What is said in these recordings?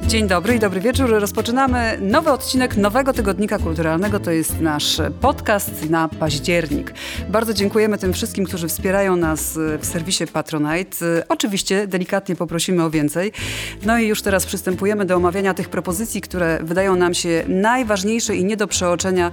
Dzień dobry i dobry wieczór. Rozpoczynamy nowy odcinek nowego Tygodnika Kulturalnego. To jest nasz podcast na październik. Bardzo dziękujemy tym wszystkim, którzy wspierają nas w serwisie Patronite. Oczywiście delikatnie poprosimy o więcej. No i już teraz przystępujemy do omawiania tych propozycji, które wydają nam się najważniejsze i nie do przeoczenia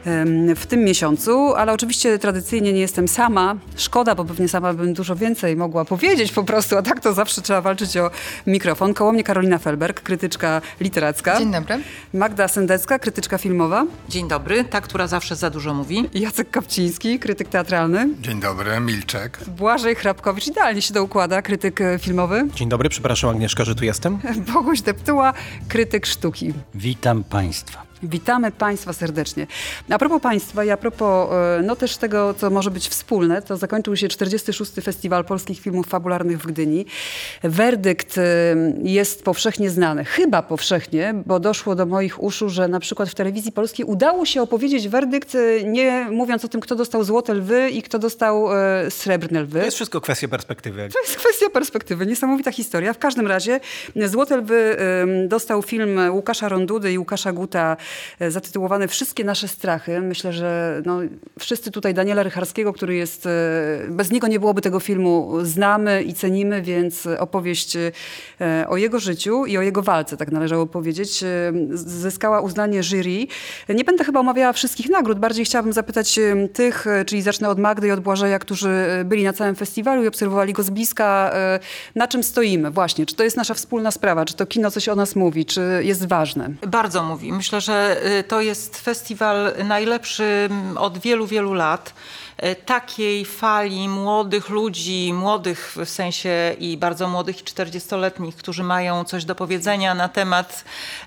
w tym miesiącu. Ale oczywiście tradycyjnie nie jestem sama. Szkoda, bo pewnie sama bym dużo więcej mogła powiedzieć po prostu, a tak to zawsze trzeba walczyć o mikrofon. Koło mnie Karolina Felberg, krytyczka literacka. Dzień dobry. Magda Sendecka, krytyczka filmowa. Dzień dobry, ta, która zawsze za dużo mówi. Jacek Kopciński, krytyk teatralny. Dzień dobry, Milczek. Błażej Hrabkowicz, idealnie się to układa, krytyk filmowy. Dzień dobry, przepraszam Agnieszka, że tu jestem. Boguś Deptuła, krytyk sztuki. Witam Państwa. Witamy Państwa serdecznie. A propos Państwa i a propos też tego, co może być wspólne, to zakończył się 46. Festiwal Polskich Filmów Fabularnych w Gdyni. Werdykt jest powszechnie znany. Chyba powszechnie, bo doszło do moich uszu, że na przykład w telewizji polskiej udało się opowiedzieć werdykt, nie mówiąc o tym, kto dostał Złote Lwy i kto dostał Srebrne Lwy. To jest wszystko kwestia perspektywy. To jest kwestia perspektywy. Niesamowita historia. W każdym razie Złote Lwy dostał film Łukasza Rondudy i Łukasza Guta zatytułowany Wszystkie nasze strachy. Myślę, że wszyscy tutaj Daniela Rycharskiego, który jest, bez niego nie byłoby tego filmu, znamy i cenimy, więc opowieść o jego życiu i o jego walce, tak należało powiedzieć, zyskała uznanie jury. Nie będę chyba omawiała wszystkich nagród, bardziej chciałabym zapytać tych, czyli zacznę od Magdy i od Błażeja, którzy byli na całym festiwalu i obserwowali go z bliska, na czym stoimy właśnie. Czy to jest nasza wspólna sprawa? Czy to kino coś o nas mówi? Czy jest ważne? Bardzo mówi. Myślę, że to jest festiwal najlepszy od wielu, wielu lat. Takiej fali młodych ludzi, młodych w sensie i bardzo młodych i 40-letnich, którzy mają coś do powiedzenia na temat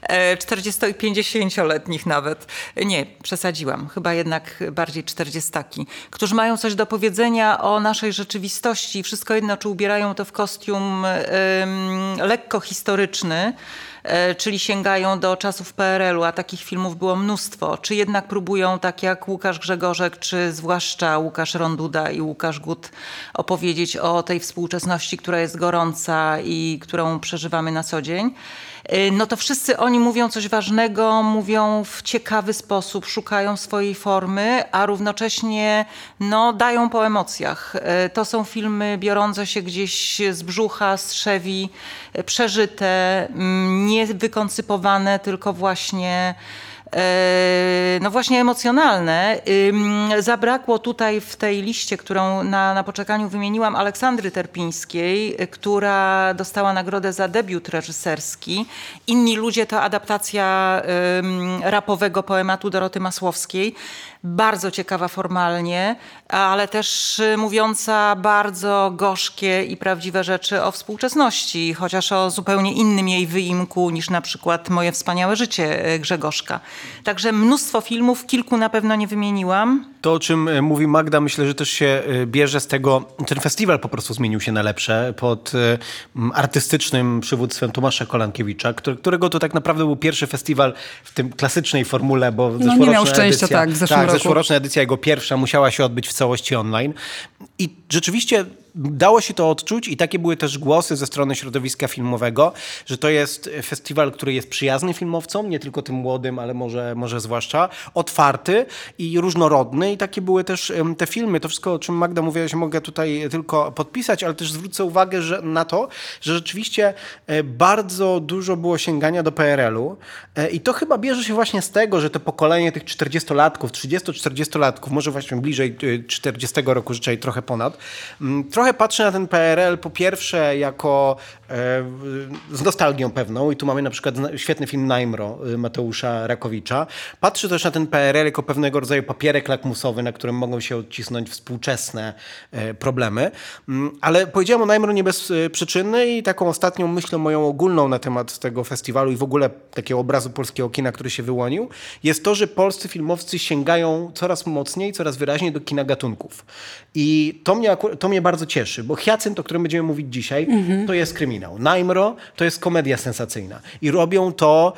40- i 50-letnich nawet. Nie, przesadziłam. Chyba jednak bardziej 40-taki. Którzy mają coś do powiedzenia o naszej rzeczywistości. Wszystko jedno, czy ubierają to w kostium lekko historyczny, czyli sięgają do czasów PRL-u, a takich filmów było mnóstwo, czy jednak próbują, tak jak Łukasz Grzegorzek, czy zwłaszcza Łukasz Ronduda i Łukasz Gut, opowiedzieć o tej współczesności, która jest gorąca i którą przeżywamy na co dzień. No to wszyscy oni mówią coś ważnego, mówią w ciekawy sposób, szukają swojej formy, a równocześnie dają po emocjach. To są filmy biorące się gdzieś z brzucha, z trzewi, przeżyte, nie wykoncypowane, tylko właśnie emocjonalne. Zabrakło tutaj w tej liście, którą na poczekaniu wymieniłam, Aleksandry Terpińskiej, która dostała nagrodę za debiut reżyserski. Inni ludzie to adaptacja rapowego poematu Doroty Masłowskiej. Bardzo ciekawa formalnie, ale też mówiąca bardzo gorzkie i prawdziwe rzeczy o współczesności, chociaż o zupełnie innym jej wyimku niż na przykład Moje wspaniałe życie Grzegorzka. Także mnóstwo filmów, kilku na pewno nie wymieniłam. To, o czym mówi Magda, myślę, że też się bierze z tego, ten festiwal po prostu zmienił się na lepsze pod artystycznym przywództwem Tomasza Kolankiewicza, którego to tak naprawdę był pierwszy festiwal w tym klasycznej formule, bo nie miał szczęścia, w zeszłym roku. Zeszłoroczna edycja, jego pierwsza, musiała się odbyć w całości online. I rzeczywiście dało się to odczuć i takie były też głosy ze strony środowiska filmowego, że to jest festiwal, który jest przyjazny filmowcom, nie tylko tym młodym, ale może zwłaszcza, otwarty i różnorodny i takie były też te filmy. To wszystko, o czym Magda mówiła, się mogę tutaj tylko podpisać, ale też zwrócę uwagę na to, że rzeczywiście bardzo dużo było sięgania do PRL-u i to chyba bierze się właśnie z tego, że to pokolenie tych 40-latków, 30-40-latków, może właśnie bliżej 40 roku życia i trochę ponad, trochę patrzy na ten PRL po pierwsze jako z nostalgią pewną i tu mamy na przykład świetny film Najmro Mateusza Rakowicza. Patrzy też na ten PRL jako pewnego rodzaju papierek lakmusowy, na którym mogą się odcisnąć współczesne problemy. Ale powiedziałem o Najmro nie bez przyczyny i taką ostatnią myślą moją ogólną na temat tego festiwalu i w ogóle takiego obrazu polskiego kina, który się wyłonił, jest to, że polscy filmowcy sięgają coraz mocniej, coraz wyraźniej do kina gatunków. I to mnie bardzo cieszy, bo Hyacynt, o którym będziemy mówić dzisiaj, to jest kryminał. Najmro to jest komedia sensacyjna. I robią to,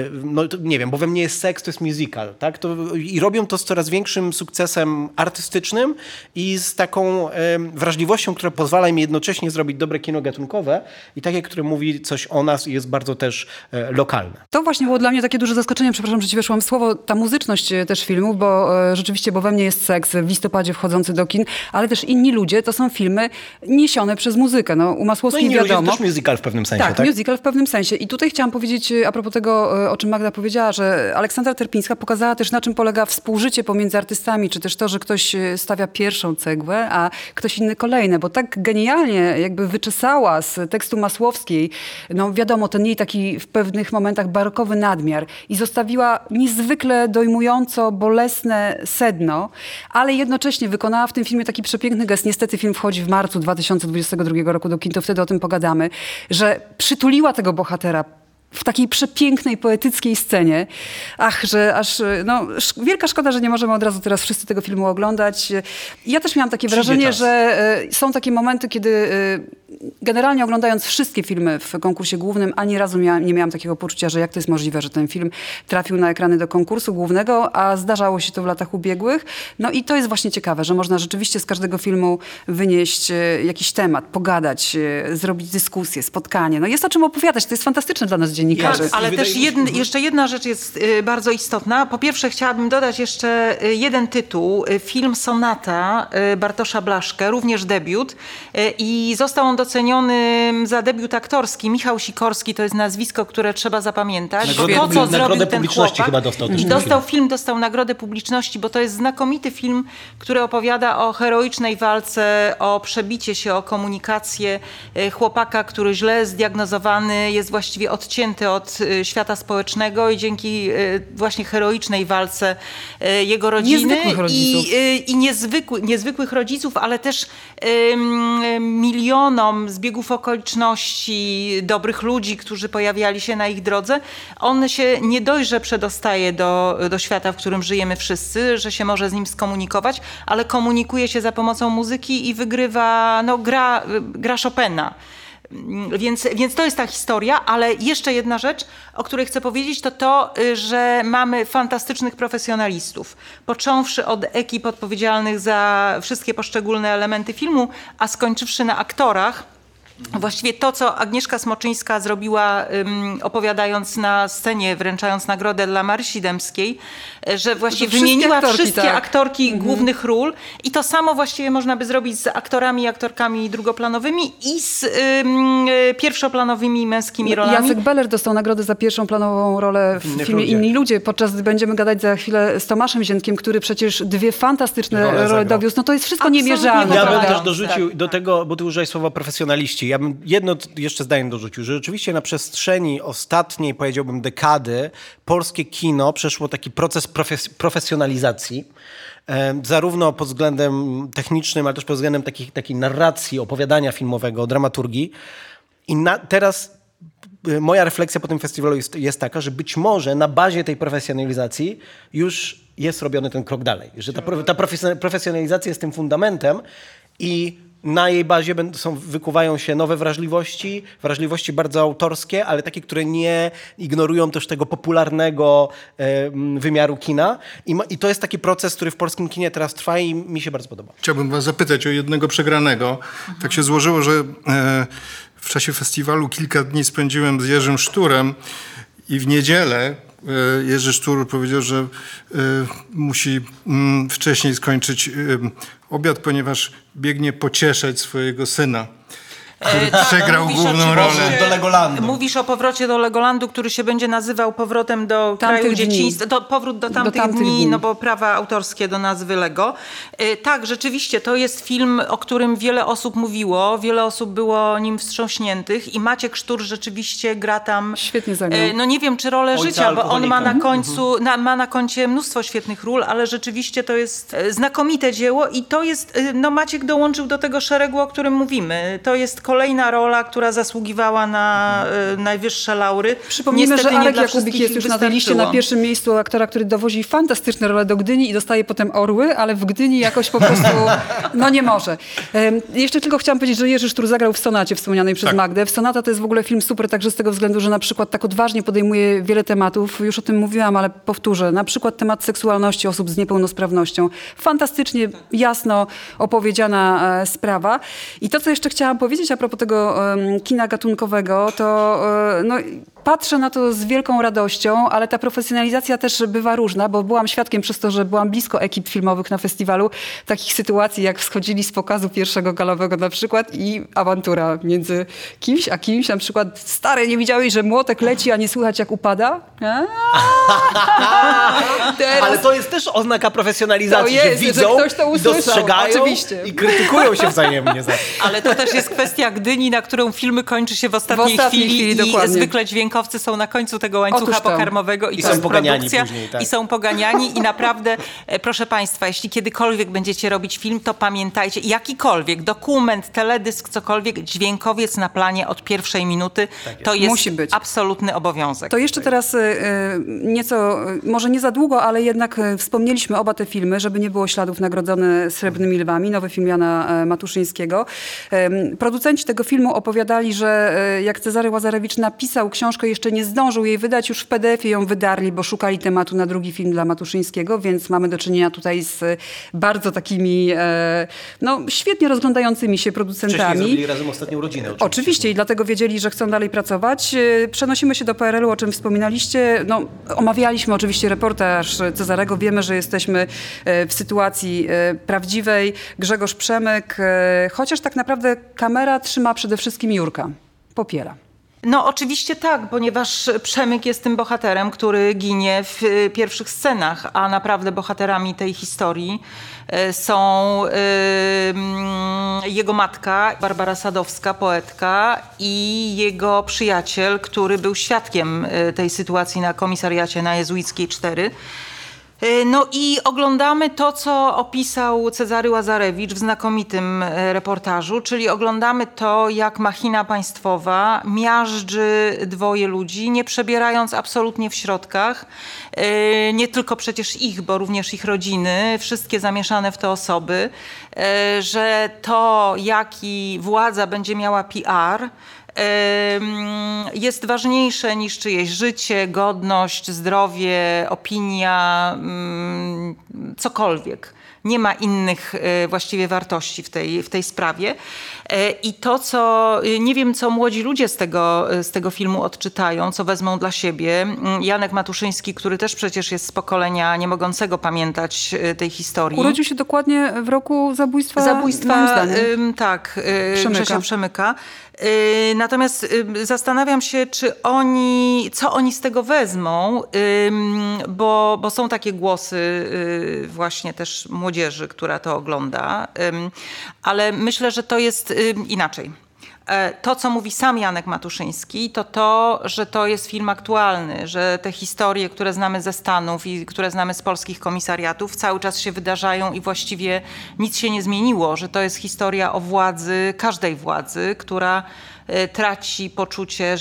nie wiem, bo we mnie jest seks, to jest musical, tak? I robią to z coraz większym sukcesem artystycznym i z taką wrażliwością, która pozwala im jednocześnie zrobić dobre kino gatunkowe i takie, które mówi coś o nas i jest bardzo też lokalne. To właśnie było dla mnie takie duże zaskoczenie, przepraszam, że ci weszłam w słowo, ta muzyczność też filmów, bo rzeczywiście, bo we mnie jest seks w listopadzie wchodzący do kin, ale też Inni ludzie to są filmy niesione przez muzykę. No, u Masłowskiej wiadomo. To też musical w pewnym sensie, tak? Musical w pewnym sensie. I tutaj chciałam powiedzieć a propos tego, o czym Magda powiedziała, że Aleksandra Terpińska pokazała też, na czym polega współżycie pomiędzy artystami, czy też to, że ktoś stawia pierwszą cegłę, a ktoś inny kolejne, bo tak genialnie jakby wyczesała z tekstu Masłowskiej, no wiadomo, ten jej taki w pewnych momentach barokowy nadmiar i zostawiła niezwykle dojmująco bolesne sedno, ale jednocześnie wykonała w tym filmie taki przepiękny gest. Niestety film wchodzi w marcu 2022 roku do kin, to wtedy o tym pogadamy, że przytuliła tego bohatera w takiej przepięknej, poetyckiej scenie. Że aż, wielka szkoda, że nie możemy od razu teraz wszyscy tego filmu oglądać. Ja też miałam takie wrażenie, że są takie momenty, kiedy generalnie oglądając wszystkie filmy w konkursie głównym, ani razu nie miałam takiego poczucia, że jak to jest możliwe, że ten film trafił na ekrany do konkursu głównego, a zdarzało się to w latach ubiegłych. No i to jest właśnie ciekawe, że można rzeczywiście z każdego filmu wynieść jakiś temat, pogadać, zrobić dyskusję, spotkanie. No jest o czym opowiadać, to jest fantastyczne dla nas dziennikarzy. Tak, ale też jeszcze jedna rzecz jest bardzo istotna. Po pierwsze chciałabym dodać jeszcze jeden tytuł. Film Sonata Bartosza Blaszkę, również debiut. I został on doceniony za debiut aktorski. Michał Sikorski to jest nazwisko, które trzeba zapamiętać. To, co zrobił ten chłopak. Chyba dostał dostał nagrodę publiczności, bo to jest znakomity film, który opowiada o heroicznej walce, o przebicie się, o komunikację chłopaka, który źle zdiagnozowany jest właściwie odcięty od świata społecznego i dzięki właśnie heroicznej walce jego rodziny i niezwykłych rodziców, ale też milionom zbiegów okoliczności, dobrych ludzi, którzy pojawiali się na ich drodze, on się nie dość, że przedostaje do świata, w którym żyjemy wszyscy, że się może z nim skomunikować, ale komunikuje się za pomocą muzyki i wygrywa, gra Chopina. Więc to jest ta historia, ale jeszcze jedna rzecz, o której chcę powiedzieć, to, że mamy fantastycznych profesjonalistów. Począwszy od ekip odpowiedzialnych za wszystkie poszczególne elementy filmu, a skończywszy na aktorach. Właściwie to, co Agnieszka Smoczyńska zrobiła, opowiadając na scenie, wręczając nagrodę dla Marysi Dębskiej, że właściwie wymieniła wszystkie aktorki głównych ról i to samo właściwie można by zrobić z aktorami i aktorkami drugoplanowymi i z pierwszoplanowymi męskimi rolami. Jacek Beller dostał nagrodę za pierwszą planową rolę w filmie Inni ludzie, podczas gdy będziemy gadać za chwilę z Tomaszem Ziętkiem, który przecież dwie fantastyczne role dowiózł. No to jest wszystko niemierzalne. Ja bym też dorzucił do tego, bo ty użyłeś słowa profesjonaliści. Ja bym jedno jeszcze zdanie dorzucił, że rzeczywiście na przestrzeni ostatniej, powiedziałbym, dekady polskie kino przeszło taki proces profesjonalizacji. Zarówno pod względem technicznym, ale też pod względem takiej narracji, opowiadania filmowego, dramaturgii. I teraz moja refleksja po tym festiwalu jest taka, że być może na bazie tej profesjonalizacji już jest robiony ten krok dalej. Że ta profesjonalizacja jest tym fundamentem i na jej bazie wykuwają się nowe wrażliwości bardzo autorskie, ale takie, które nie ignorują też tego popularnego wymiaru kina. I to jest taki proces, który w polskim kinie teraz trwa i mi się bardzo podoba. Chciałbym was zapytać o jednego przegranego. Tak się złożyło, że w czasie festiwalu kilka dni spędziłem z Jerzym Szturem i w niedzielę Jerzy Sztur powiedział, że musi wcześniej skończyć obiad, ponieważ biegnie pocieszać swojego syna, który przegrał główną rolę. Do Legolandu. Mówisz o powrocie do Legolandu, który się będzie nazywał powrotem do kraju dzieciństwa. Powrót do tamtych dni, no bo prawa autorskie do nazwy Lego. Tak, rzeczywiście, to jest film, o którym wiele osób mówiło, wiele osób było nim wstrząśniętych i Maciek Sztur rzeczywiście gra tam... Świetnie zagrał. No nie wiem, czy rolę życia, bo on ma na końcu, ma na koncie mnóstwo świetnych ról, ale rzeczywiście to jest znakomite dzieło i to jest, Maciek dołączył do tego szeregu, o którym mówimy. To jest kolejna rola, która zasługiwała na najwyższe laury. Przypomnijmy, Niestety że nie Arek dla Jakubik wszystkich jest już na tej wystarczyło. liście na pierwszym miejscu aktora, który dowozi fantastyczne role do Gdyni i dostaje potem orły, ale w Gdyni jakoś po prostu nie może. Jeszcze tylko chciałam powiedzieć, że Jerzy Sztur zagrał w Sonacie wspomnianej przez Magdę. Sonata to jest w ogóle film super także z tego względu, że na przykład tak odważnie podejmuje wiele tematów. Już o tym mówiłam, ale powtórzę. Na przykład temat seksualności osób z niepełnosprawnością. Fantastycznie, jasno opowiedziana sprawa. I to, co jeszcze chciałam powiedzieć a propos tego kina gatunkowego, to patrzę na to z wielką radością, ale ta profesjonalizacja też bywa różna, bo byłam świadkiem przez to, że byłam blisko ekip filmowych na festiwalu, takich sytuacji, jak schodzili z pokazu pierwszego galowego na przykład i awantura między kimś a kimś, na przykład stary, nie widziałeś, że młotek leci, a nie słychać jak upada? Ale to jest też oznaka profesjonalizacji, To jest, że że widzą, ktoś to usłyszał, dostrzegają oczywiście. i krytykują się wzajemnie za to. Ale to też jest kwestia Gdyni, na którą filmy kończy się w ostatniej chwili i dokładnie. zwykle dźwiękowcy są na końcu tego łańcucha Otóż to. pokarmowego I to są jest poganiani produkcja. później, tak. I są poganiani i naprawdę, proszę Państwa, jeśli kiedykolwiek będziecie robić film, to pamiętajcie, jakikolwiek, dokument, teledysk, cokolwiek, dźwiękowiec na planie od pierwszej minuty, to jest Musi być. absolutny obowiązek. To jeszcze teraz nieco, może nie za długo, ale jednak wspomnieliśmy oba te filmy, żeby nie było śladów nagrodzone Srebrnymi Lwami, nowy film Jana Matuszyńskiego. Producenci tego filmu opowiadali, że jak Cezary Łazarewicz napisał książkę, jeszcze nie zdążył jej wydać, już w PDF-ie ją wydarli, bo szukali tematu na drugi film dla Matuszyńskiego, więc mamy do czynienia tutaj z bardzo takimi świetnie rozglądającymi się producentami. Wcześniej zrobili razem ostatnią rodzinę. Oczywiście i dlatego wiedzieli, że chcą dalej pracować. Przenosimy się do PRL-u, o czym wspominaliście. Omawialiśmy oczywiście reportaż Cezarego. Wiemy, że jesteśmy w sytuacji prawdziwej. Grzegorz Przemyk, chociaż tak naprawdę kamera trzyma przede wszystkim Jurka Popiela. No oczywiście tak, ponieważ Przemyk jest tym bohaterem, który ginie w pierwszych scenach, a naprawdę bohaterami tej historii są jego matka, Barbara Sadowska, poetka, i jego przyjaciel, który był świadkiem tej sytuacji na komisariacie na Jezuickiej 4. No i oglądamy to, co opisał Cezary Łazarewicz w znakomitym reportażu, czyli oglądamy to, jak machina państwowa miażdży dwoje ludzi, nie przebierając absolutnie w środkach. Nie tylko przecież ich, bo również ich rodziny, wszystkie zamieszane w te osoby, że to, jaki władza będzie miała PR, jest ważniejsze niż czyjeś życie, godność, zdrowie, opinia, cokolwiek. Nie ma innych właściwie wartości w tej sprawie. I to, co nie wiem, co młodzi ludzie z tego filmu odczytają, co wezmą dla siebie. Janek Matuszyński, który też przecież jest z pokolenia nie mogącego pamiętać tej historii. Urodził się dokładnie w roku zabójstwa moim zdaniem. Tak, Przemyka. Grzesia Przemyka. Natomiast zastanawiam się, co oni z tego wezmą, bo są takie głosy właśnie też młodzieży, która to ogląda, ale myślę, że to jest inaczej. To, co mówi sam Janek Matuszyński, to, że to jest film aktualny, że te historie, które znamy ze Stanów i które znamy z polskich komisariatów, cały czas się wydarzają i właściwie nic się nie zmieniło, że to jest historia o władzy, każdej władzy, która traci poczucie,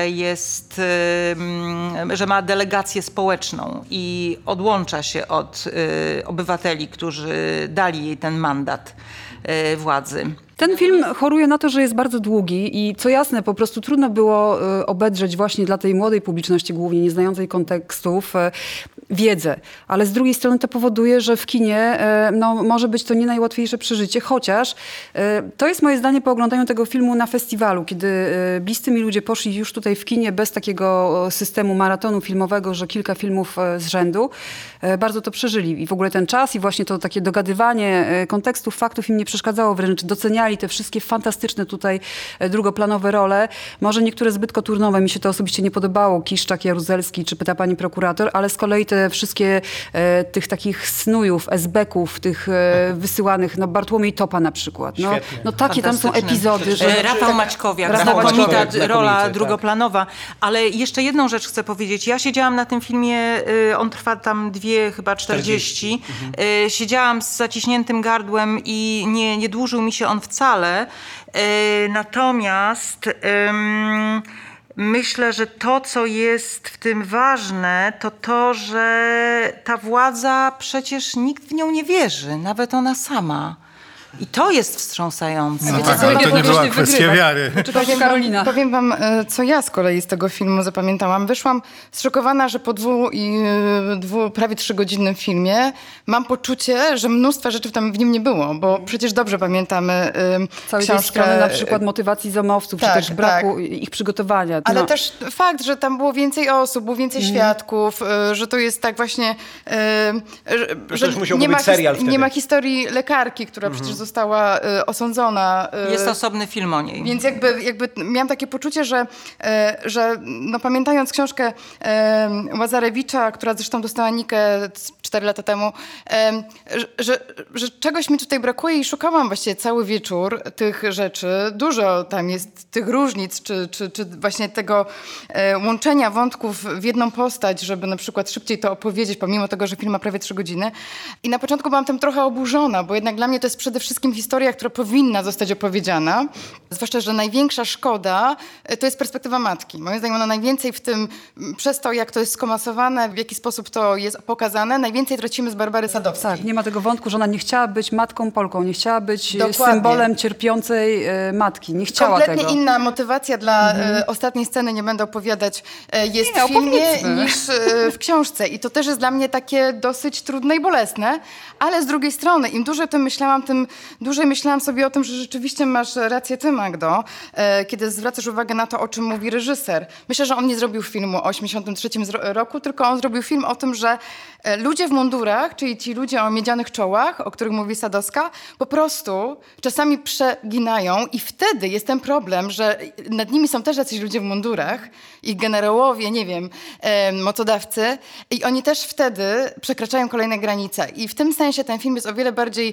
że ma delegację społeczną i odłącza się od obywateli, którzy dali jej ten mandat władzy. Ten film choruje na to, że jest bardzo długi i co jasne, po prostu trudno było obedrzeć właśnie dla tej młodej publiczności, głównie nieznającej kontekstów, wiedzę. Ale z drugiej strony to powoduje, że w kinie może być to nie najłatwiejsze przeżycie, chociaż to jest moje zdanie po oglądaniu tego filmu na festiwalu, kiedy bliscy mi ludzie poszli już tutaj w kinie bez takiego systemu maratonu filmowego, że kilka filmów z rzędu, bardzo to przeżyli. I w ogóle ten czas i właśnie to takie dogadywanie kontekstów, faktów im nie przeszkadzało, wręcz doceniali te wszystkie fantastyczne tutaj drugoplanowe role. Może niektóre zbyt koturnowe, mi się to osobiście nie podobało, Kiszczak, Jaruzelski czy Pyta pani prokurator, ale z kolei te wszystkie tych takich snujów, esbeków, tych wysyłanych, Bartłomiej Topa na przykład. Takie tam są epizody. Że... Rafał Maćkowiak, znakomita rola drugoplanowa. Ale jeszcze jedną rzecz chcę powiedzieć. Ja siedziałam na tym filmie, on trwa tam 2:40. Siedziałam z zaciśniętym gardłem i nie dłużył mi się on wcale. wcale. Natomiast myślę, że to, co jest w tym ważne, to to, że ta władza przecież nikt w nią nie wierzy, nawet ona sama. I to jest wstrząsające. No tak, ale to nie była kwestia wiary. Karolina. Powiem wam, co ja z kolei z tego filmu zapamiętałam. Wyszłam zszokowana, że po prawie 3-godzinnym filmie mam poczucie, że mnóstwa rzeczy tam w nim nie było, bo przecież dobrze pamiętamy Całej książkę. tej strony na przykład motywacji zomowców, Tak, czy też braku ich przygotowania. Ale No. też fakt, że tam było więcej osób, było więcej świadków, że to jest tak właśnie, że też musiałby być serial wtedy. nie ma historii lekarki, która przecież została osądzona. Jest osobny film o niej. Więc jakby miałam takie poczucie, że no pamiętając książkę Łazarewicza, która zresztą dostała Nikę 4 lata temu, że czegoś mi tutaj brakuje i szukałam właściwie cały wieczór tych rzeczy. Dużo tam jest tych różnic, czy właśnie tego łączenia wątków w jedną postać, żeby na przykład szybciej to opowiedzieć, pomimo tego, że film ma prawie 3 godziny. I na początku byłam tym trochę oburzona, bo jednak dla mnie to jest przede wszystkim historia, która powinna zostać opowiedziana. Zwłaszcza, że największa szkoda to jest perspektywa matki. Moim zdaniem ona najwięcej w tym, przez to jak to jest skomasowane, w jaki sposób to jest pokazane, najwięcej tracimy z Barbary Sadowskiej. Tak, nie ma tego wątku, że ona nie chciała być matką Polką, nie chciała być Dokładnie. symbolem cierpiącej matki. Nie chciała Kompletnie tego. inna motywacja dla ostatniej sceny, nie będę opowiadać, jest Nie, w filmie opowiedzmy. niż w książce. I to też jest dla mnie takie dosyć trudne i bolesne, ale z drugiej strony, im dłużej o tym myślałam, tym dłużej myślałam sobie o tym, że rzeczywiście masz rację ty, Magdo, kiedy zwracasz uwagę na to, o czym mówi reżyser. Myślę, że on nie zrobił filmu o 1983 roku, tylko on zrobił film o tym, że ludzie w mundurach, czyli ci ludzie o miedzianych czołach, o których mówi Sadowska, po prostu czasami przeginają i wtedy jest ten problem, że nad nimi są też jacyś ludzie w mundurach, ich generałowie, nie wiem, mocodawcy i oni też wtedy przekraczają kolejne granice. I w tym sensie ten film jest o wiele bardziej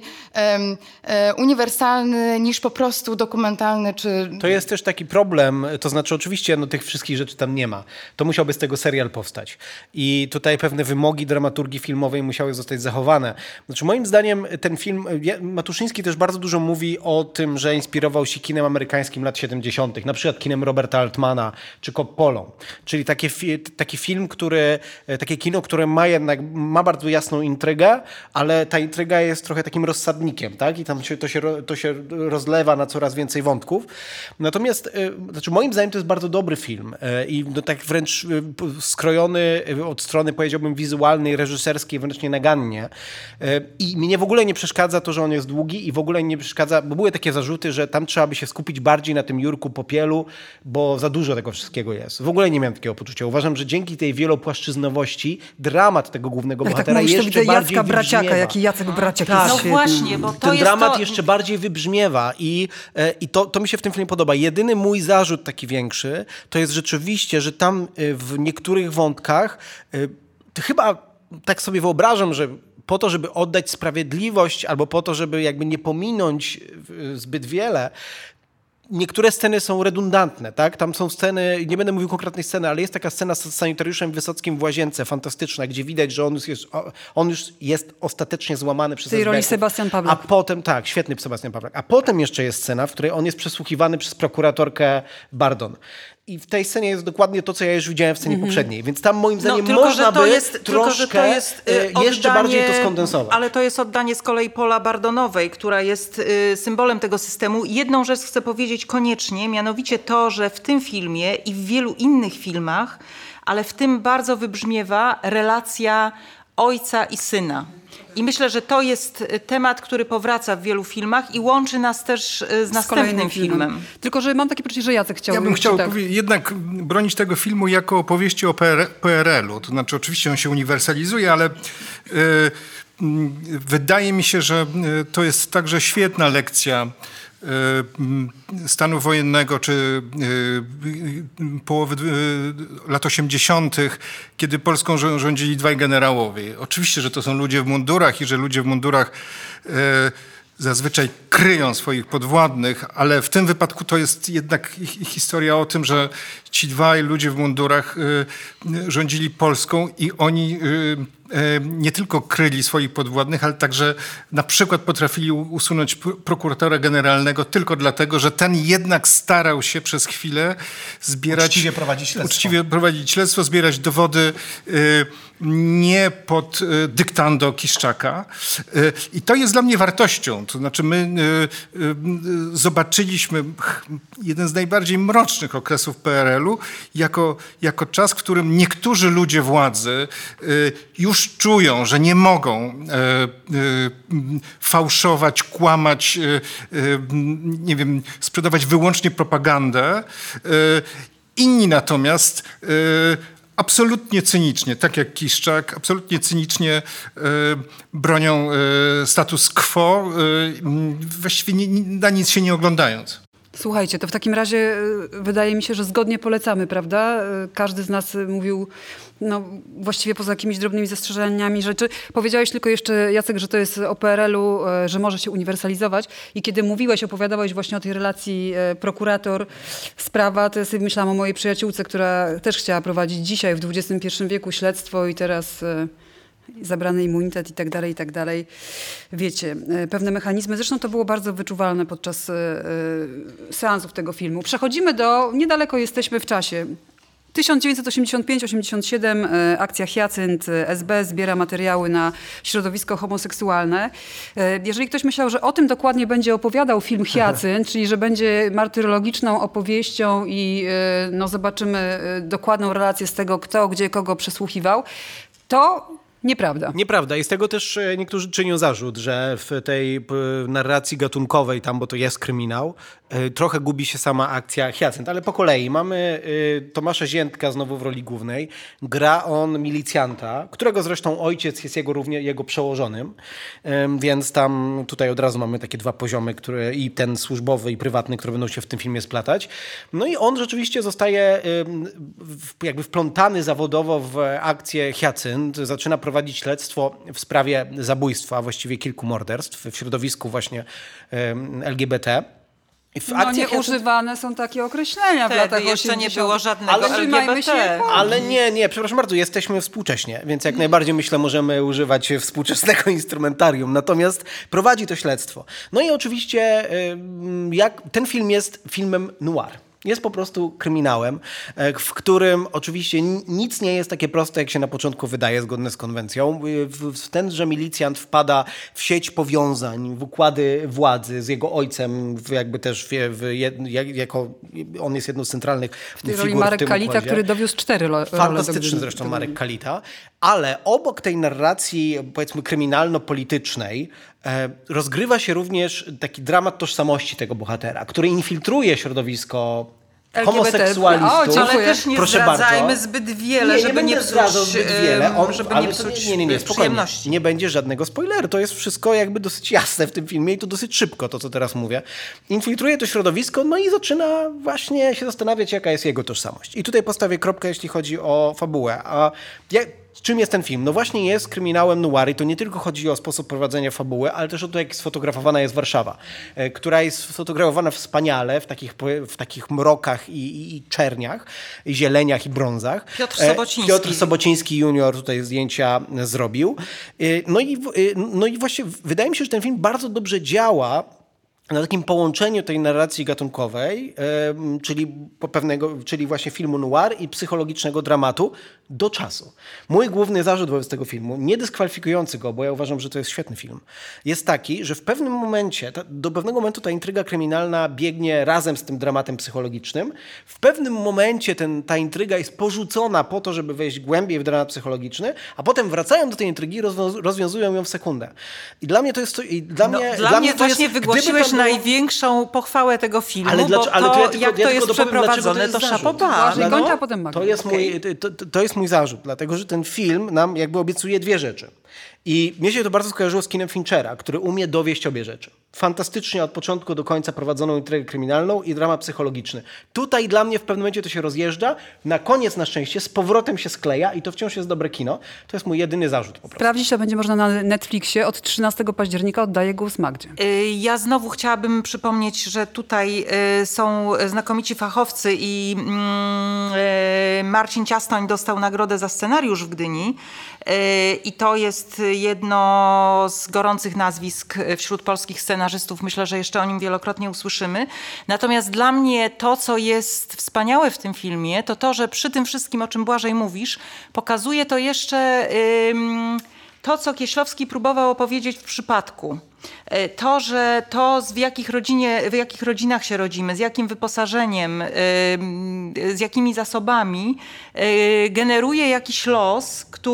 uniwersalny niż po prostu dokumentalny, czy... To jest też taki problem, to znaczy oczywiście tych wszystkich rzeczy tam nie ma. To musiałby z tego serial powstać. I tutaj pewne wymogi dramaturgii filmowej musiały zostać zachowane. Znaczy moim zdaniem ten film, Matuszyński też bardzo dużo mówi o tym, że inspirował się kinem amerykańskim lat 70., na przykład kinem Roberta Altmana czy Coppolą. Czyli taki film, takie kino, które ma bardzo jasną intrygę, ale ta intryga jest trochę takim rozsadnikiem, tak? I tam to się rozlewa na coraz więcej wątków. Natomiast znaczy moim zdaniem to jest bardzo dobry film i tak wręcz skrojony od strony, powiedziałbym, wizualnej, reżyserskiej, wręcz nienagannie. I mnie w ogóle nie przeszkadza to, że on jest długi i w ogóle nie przeszkadza, bo były takie zarzuty, że tam trzeba by się skupić bardziej na tym Jurku Popielu, bo za dużo tego wszystkiego jest. W ogóle nie miałem takiego poczucia. Uważam, że dzięki tej wielopłaszczyznowości dramat tego głównego bohatera jeszcze bardziej Jacka Braciaka, wybrzmiewa. jaki Jacek Braciak Tak. jest No świetny. właśnie, bo to Ten jest dramat to... jeszcze bardziej wybrzmiewa i to mi się w tym filmie podoba. Jedyny mój zarzut taki większy, to jest rzeczywiście, że tam w niektórych wątkach to chyba tak sobie wyobrażam, że po to, żeby oddać sprawiedliwość albo po to, żeby jakby nie pominąć zbyt wiele, niektóre sceny są redundantne, tak? Tam są sceny, nie będę mówił konkretnej sceny, ale jest taka scena z sanitariuszem Wysockim w łazience, fantastyczna, gdzie widać, że on już jest ostatecznie złamany przez tej roli SB-ków. Sebastian Pawlak. A potem, tak, świetny Sebastian Pawlak. A potem jeszcze jest scena, w której on jest przesłuchiwany przez prokuratorkę Bardon. I w tej scenie jest dokładnie to, co ja już widziałem w scenie poprzedniej. Więc tam moim zdaniem można by troszkę jeszcze bardziej to skondensować. Ale to jest oddanie z kolei Paula Bardonowej, która jest symbolem tego systemu. Jedną rzecz chcę powiedzieć koniecznie, mianowicie to, że w tym filmie i w wielu innych filmach, ale w tym bardzo wybrzmiewa relacja ojca i syna. I myślę, że to jest temat, który powraca w wielu filmach i łączy nas też z następnym filmem. Tylko, że mam takie poczucie, że Jacek chciał... Ja bym chciał tak. jednak bronić tego filmu jako opowieści o PRL-u. To znaczy oczywiście on się uniwersalizuje, ale wydaje mi się, że to jest także świetna lekcja stanu wojennego, czy połowy lat 80., kiedy Polską rządzili dwaj generałowie. Oczywiście, że to są ludzie w mundurach i że ludzie w mundurach zazwyczaj kryją swoich podwładnych, ale w tym wypadku to jest jednak historia o tym, że ci dwaj ludzie w mundurach rządzili Polską i oni nie tylko kryli swoich podwładnych, ale także na przykład potrafili usunąć prokuratora generalnego tylko dlatego, że ten jednak starał się przez chwilę zbierać... Uczciwie prowadzić śledztwo, zbierać dowody nie pod dyktando Kiszczaka. I to jest dla mnie wartością. To znaczy my zobaczyliśmy jeden z najbardziej mrocznych okresów PRL-u jako czas, w którym niektórzy ludzie władzy już czują, że nie mogą fałszować, kłamać, nie wiem, sprzedawać wyłącznie propagandę. Inni natomiast absolutnie cynicznie, tak jak Kiszczak, absolutnie cynicznie bronią status quo, właściwie na nic się nie oglądając. Słuchajcie, to w takim razie wydaje mi się, że zgodnie polecamy, prawda? Każdy z nas mówił, no właściwie poza jakimiś drobnymi zastrzeżeniami rzeczy. Powiedziałeś tylko jeszcze, Jacek, że to jest o PRL-u, że może się uniwersalizować. I kiedy mówiłeś, opowiadałeś właśnie o tej relacji prokurator-sprawa, to ja sobie myślałam o mojej przyjaciółce, która też chciała prowadzić dzisiaj w XXI wieku śledztwo i teraz... zabrany immunitet i tak dalej. Wiecie, pewne mechanizmy. Zresztą to było bardzo wyczuwalne podczas seansów tego filmu. Przechodzimy niedaleko jesteśmy w czasie. 1985-87, akcja Hyacynt, SB zbiera materiały na środowisko homoseksualne. Jeżeli ktoś myślał, że o tym dokładnie będzie opowiadał film Hyacynt, czyli że będzie martyrologiczną opowieścią i zobaczymy dokładną relację z tego, kto, gdzie, kogo przesłuchiwał, to nieprawda. Nieprawda. I z tego też niektórzy czynią zarzut, że w tej narracji gatunkowej, tam, bo to jest kryminał, trochę gubi się sama akcja Hyacynt. Ale po kolei mamy Tomasza Ziętka znowu w roli głównej. Gra on milicjanta, którego zresztą ojciec jest jego przełożonym. Więc tam tutaj od razu mamy takie dwa poziomy, które i ten służbowy i prywatny, które będą się w tym filmie splatać. No i on rzeczywiście zostaje jakby wplątany zawodowo w akcję Hyacynt. Zaczyna prowadzić śledztwo w sprawie zabójstwa, właściwie kilku morderstw w środowisku właśnie LGBT. Używane są takie określenia w latach 80. jeszcze nie było żadnego LGBT. Ale nie, przepraszam bardzo, jesteśmy współcześnie, więc jak najbardziej myślę, możemy używać współczesnego instrumentarium. Natomiast prowadzi to śledztwo. No i oczywiście ten film jest filmem noir. Jest po prostu kryminałem, w którym oczywiście nic nie jest takie proste, jak się na początku wydaje, zgodne z konwencją. Tenże milicjant wpada w sieć powiązań, w układy władzy z jego ojcem, jakby też jako on jest jedną z centralnych w tej figur roli Marek w tym Kalita, układzie. który dowiózł 4 role. Fantastyczny zresztą Marek Kalita. Ale obok tej narracji, powiedzmy, kryminalno-politycznej, rozgrywa się również taki dramat tożsamości tego bohatera, który infiltruje środowisko homoseksualistów. Ale też nie zdradzajmy zbyt wiele, żeby nie psuć przyjemności. Nie będzie żadnego spoileru. To jest wszystko jakby dosyć jasne w tym filmie i to dosyć szybko, to co teraz mówię. Infiltruje to środowisko, no i zaczyna właśnie się zastanawiać, jaka jest jego tożsamość. I tutaj postawię kropkę, jeśli chodzi o fabułę. Czym jest ten film? No właśnie jest kryminałem noir i to nie tylko chodzi o sposób prowadzenia fabuły, ale też o to, jak sfotografowana jest Warszawa, która jest sfotografowana wspaniale w takich mrokach i czerniach, i zieleniach i brązach. Piotr Sobociński junior tutaj zdjęcia zrobił. No i właśnie wydaje mi się, że ten film bardzo dobrze działa na takim połączeniu tej narracji gatunkowej, czyli właśnie filmu noir i psychologicznego dramatu do czasu. Mój główny zarzut wobec tego filmu, nie dyskwalifikujący go, bo ja uważam, że to jest świetny film, jest taki, że w pewnym momencie, do pewnego momentu ta intryga kryminalna biegnie razem z tym dramatem psychologicznym. W pewnym momencie ta intryga jest porzucona po to, żeby wejść głębiej w dramat psychologiczny, a potem wracają do tej intrygi i rozwiązują ją w sekundę. I dla mnie to jest... Dla mnie właśnie wygłosiłeś największą pochwałę tego filmu, jak to jest przeprowadzone, to szapoba. To jest mój zarzut, dlatego że ten film nam jakby obiecuje dwie rzeczy. I mnie się to bardzo skojarzyło z kinem Finchera, który umie dowieść obie rzeczy. Fantastycznie od początku do końca prowadzoną intrygę kryminalną i dramat psychologiczny. Tutaj dla mnie w pewnym momencie to się rozjeżdża, na koniec na szczęście z powrotem się skleja i to wciąż jest dobre kino. To jest mój jedyny zarzut po prostu. Sprawdzić to będzie można na Netflixie. Od 13 października oddaję głos Magdzie. Ja znowu chciałabym przypomnieć, że tutaj są znakomici fachowcy i Marcin Ciastoń dostał nagrodę za scenariusz w Gdyni. I to jest jedno z gorących nazwisk wśród polskich scenarzystów. Myślę, że jeszcze o nim wielokrotnie usłyszymy. Natomiast dla mnie to, co jest wspaniałe w tym filmie, to to, że przy tym wszystkim, o czym Błażej mówisz, pokazuje to jeszcze to, co Kieślowski próbował opowiedzieć w przypadku. To, że to w jakich rodzinach się rodzimy, z jakim wyposażeniem, z jakimi zasobami generuje jakiś los,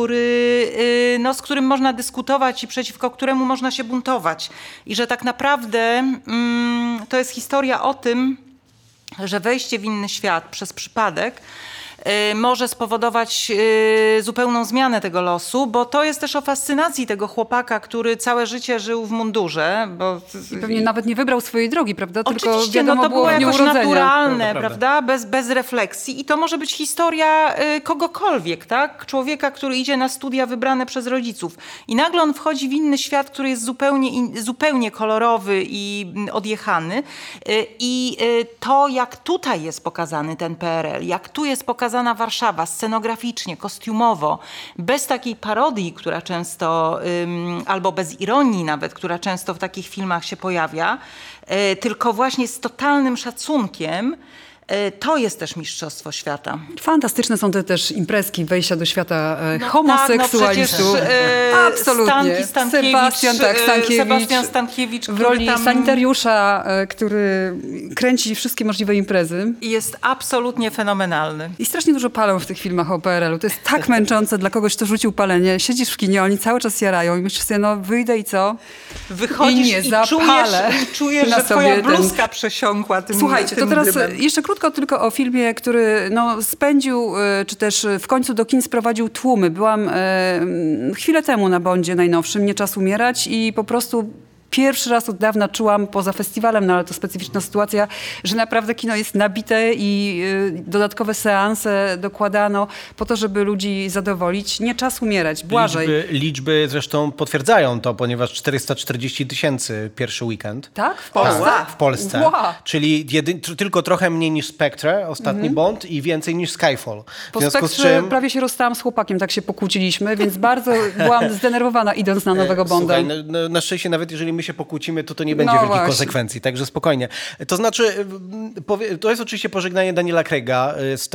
z którym można dyskutować i przeciwko któremu można się buntować. I że tak naprawdę to jest historia o tym, że wejście w inny świat przez przypadek może spowodować zupełną zmianę tego losu, bo to jest też o fascynacji tego chłopaka, który całe życie żył w mundurze. I pewnie nawet nie wybrał swojej drogi, prawda? Tylko oczywiście, wiadomo to było w dniu jakoś urodzenia. naturalne, prawda? Bez refleksji. I to może być historia kogokolwiek, tak? Człowieka, który idzie na studia wybrane przez rodziców. I nagle on wchodzi w inny świat, który jest zupełnie kolorowy i odjechany. I to, jak tutaj jest pokazany ten PRL, jak tu jest pokazana Warszawa scenograficznie, kostiumowo, bez takiej parodii, która często, albo bez ironii nawet, która często w takich filmach się pojawia, tylko właśnie z totalnym szacunkiem, to jest też mistrzostwo świata. Fantastyczne są te też imprezki wejścia do świata homoseksualistów. Absolutnie. Sebastian Stankiewicz w roli sanitariusza, który kręci wszystkie możliwe imprezy. Jest absolutnie fenomenalny. I strasznie dużo palą w tych filmach o PRL-u. To jest tak męczące dla kogoś, kto rzucił palenie. Siedzisz w kinie, oni cały czas jarają i myślisz sobie, wyjdę i co? Wychodzisz i czujesz, że twoja bluzka przesiąkła tym. Słuchajcie, to teraz jeszcze krótko tylko o filmie, który spędził, czy też w końcu do kin sprowadził tłumy. Byłam chwilę temu na Bondzie najnowszym, Nie czas umierać i po prostu pierwszy raz od dawna czułam, poza festiwalem, ale to specyficzna sytuacja, że naprawdę kino jest nabite i dodatkowe seanse dokładano po to, żeby ludzi zadowolić. Nie czas umierać. Błażej. Liczby zresztą potwierdzają to, ponieważ 440 000 pierwszy weekend. Tak? W Polsce? Tak, w Polsce. Wow. Czyli tylko trochę mniej niż Spectre, ostatni Bond, i więcej niż Skyfall. Po Spectre prawie się rozstałam z chłopakiem, tak się pokłóciliśmy, więc bardzo byłam zdenerwowana idąc na nowego Bonda. Słuchaj, na szczęście nawet jeżeli my się pokłócimy, to nie będzie wielkich konsekwencji, także spokojnie. To znaczy, to jest oczywiście pożegnanie Daniela Craiga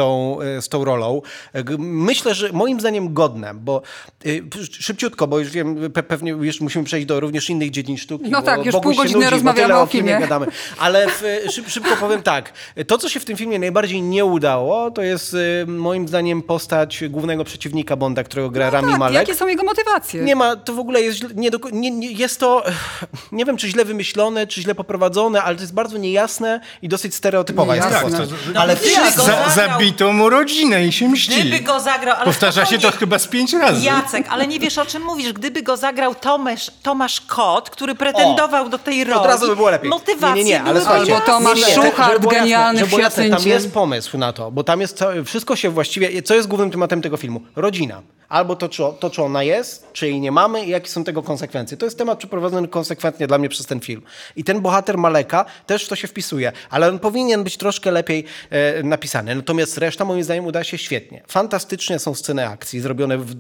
z tą rolą. Myślę, że moim zdaniem godne, bo szybciutko, bo już wiem, pewnie już musimy przejść do również innych dziedzin sztuki. No tak, już Boguś pół godziny rozmawiamy o filmie. Gadamy. Ale szybko powiem tak, to co się w tym filmie najbardziej nie udało, to jest moim zdaniem postać głównego przeciwnika Bonda, którego gra Rami Malek. Jakie są jego motywacje? Nie ma, to w ogóle jest jest to, nie wiem, czy źle wymyślone, czy źle poprowadzone, ale to jest bardzo niejasne i dosyć stereotypowa jest ta postać. Ale zabito mu rodzinę i się mści. Gdyby go zagrał... Ale powtarza się to chyba z 5 razy. Jacek, ale nie wiesz, o czym mówisz. Gdyby go zagrał Tomasz Kot, który pretendował do tej roli. Od razu by było lepiej. Motywacje ale były Albo Tomasz Szuchart, genialny w Hyacyntcie. Tam jest pomysł na to, bo tam jest wszystko się właściwie... Co jest głównym tematem tego filmu? Rodzina. Albo to, czy ona jest, czy jej nie mamy i jakie są tego konsekwencje. To jest temat przeprowadzony konsekwentnie dla mnie przez ten film. I ten bohater Maleka też w to się wpisuje, ale on powinien być troszkę lepiej napisany. Natomiast reszta moim zdaniem uda się świetnie. Fantastycznie są sceny akcji, zrobione w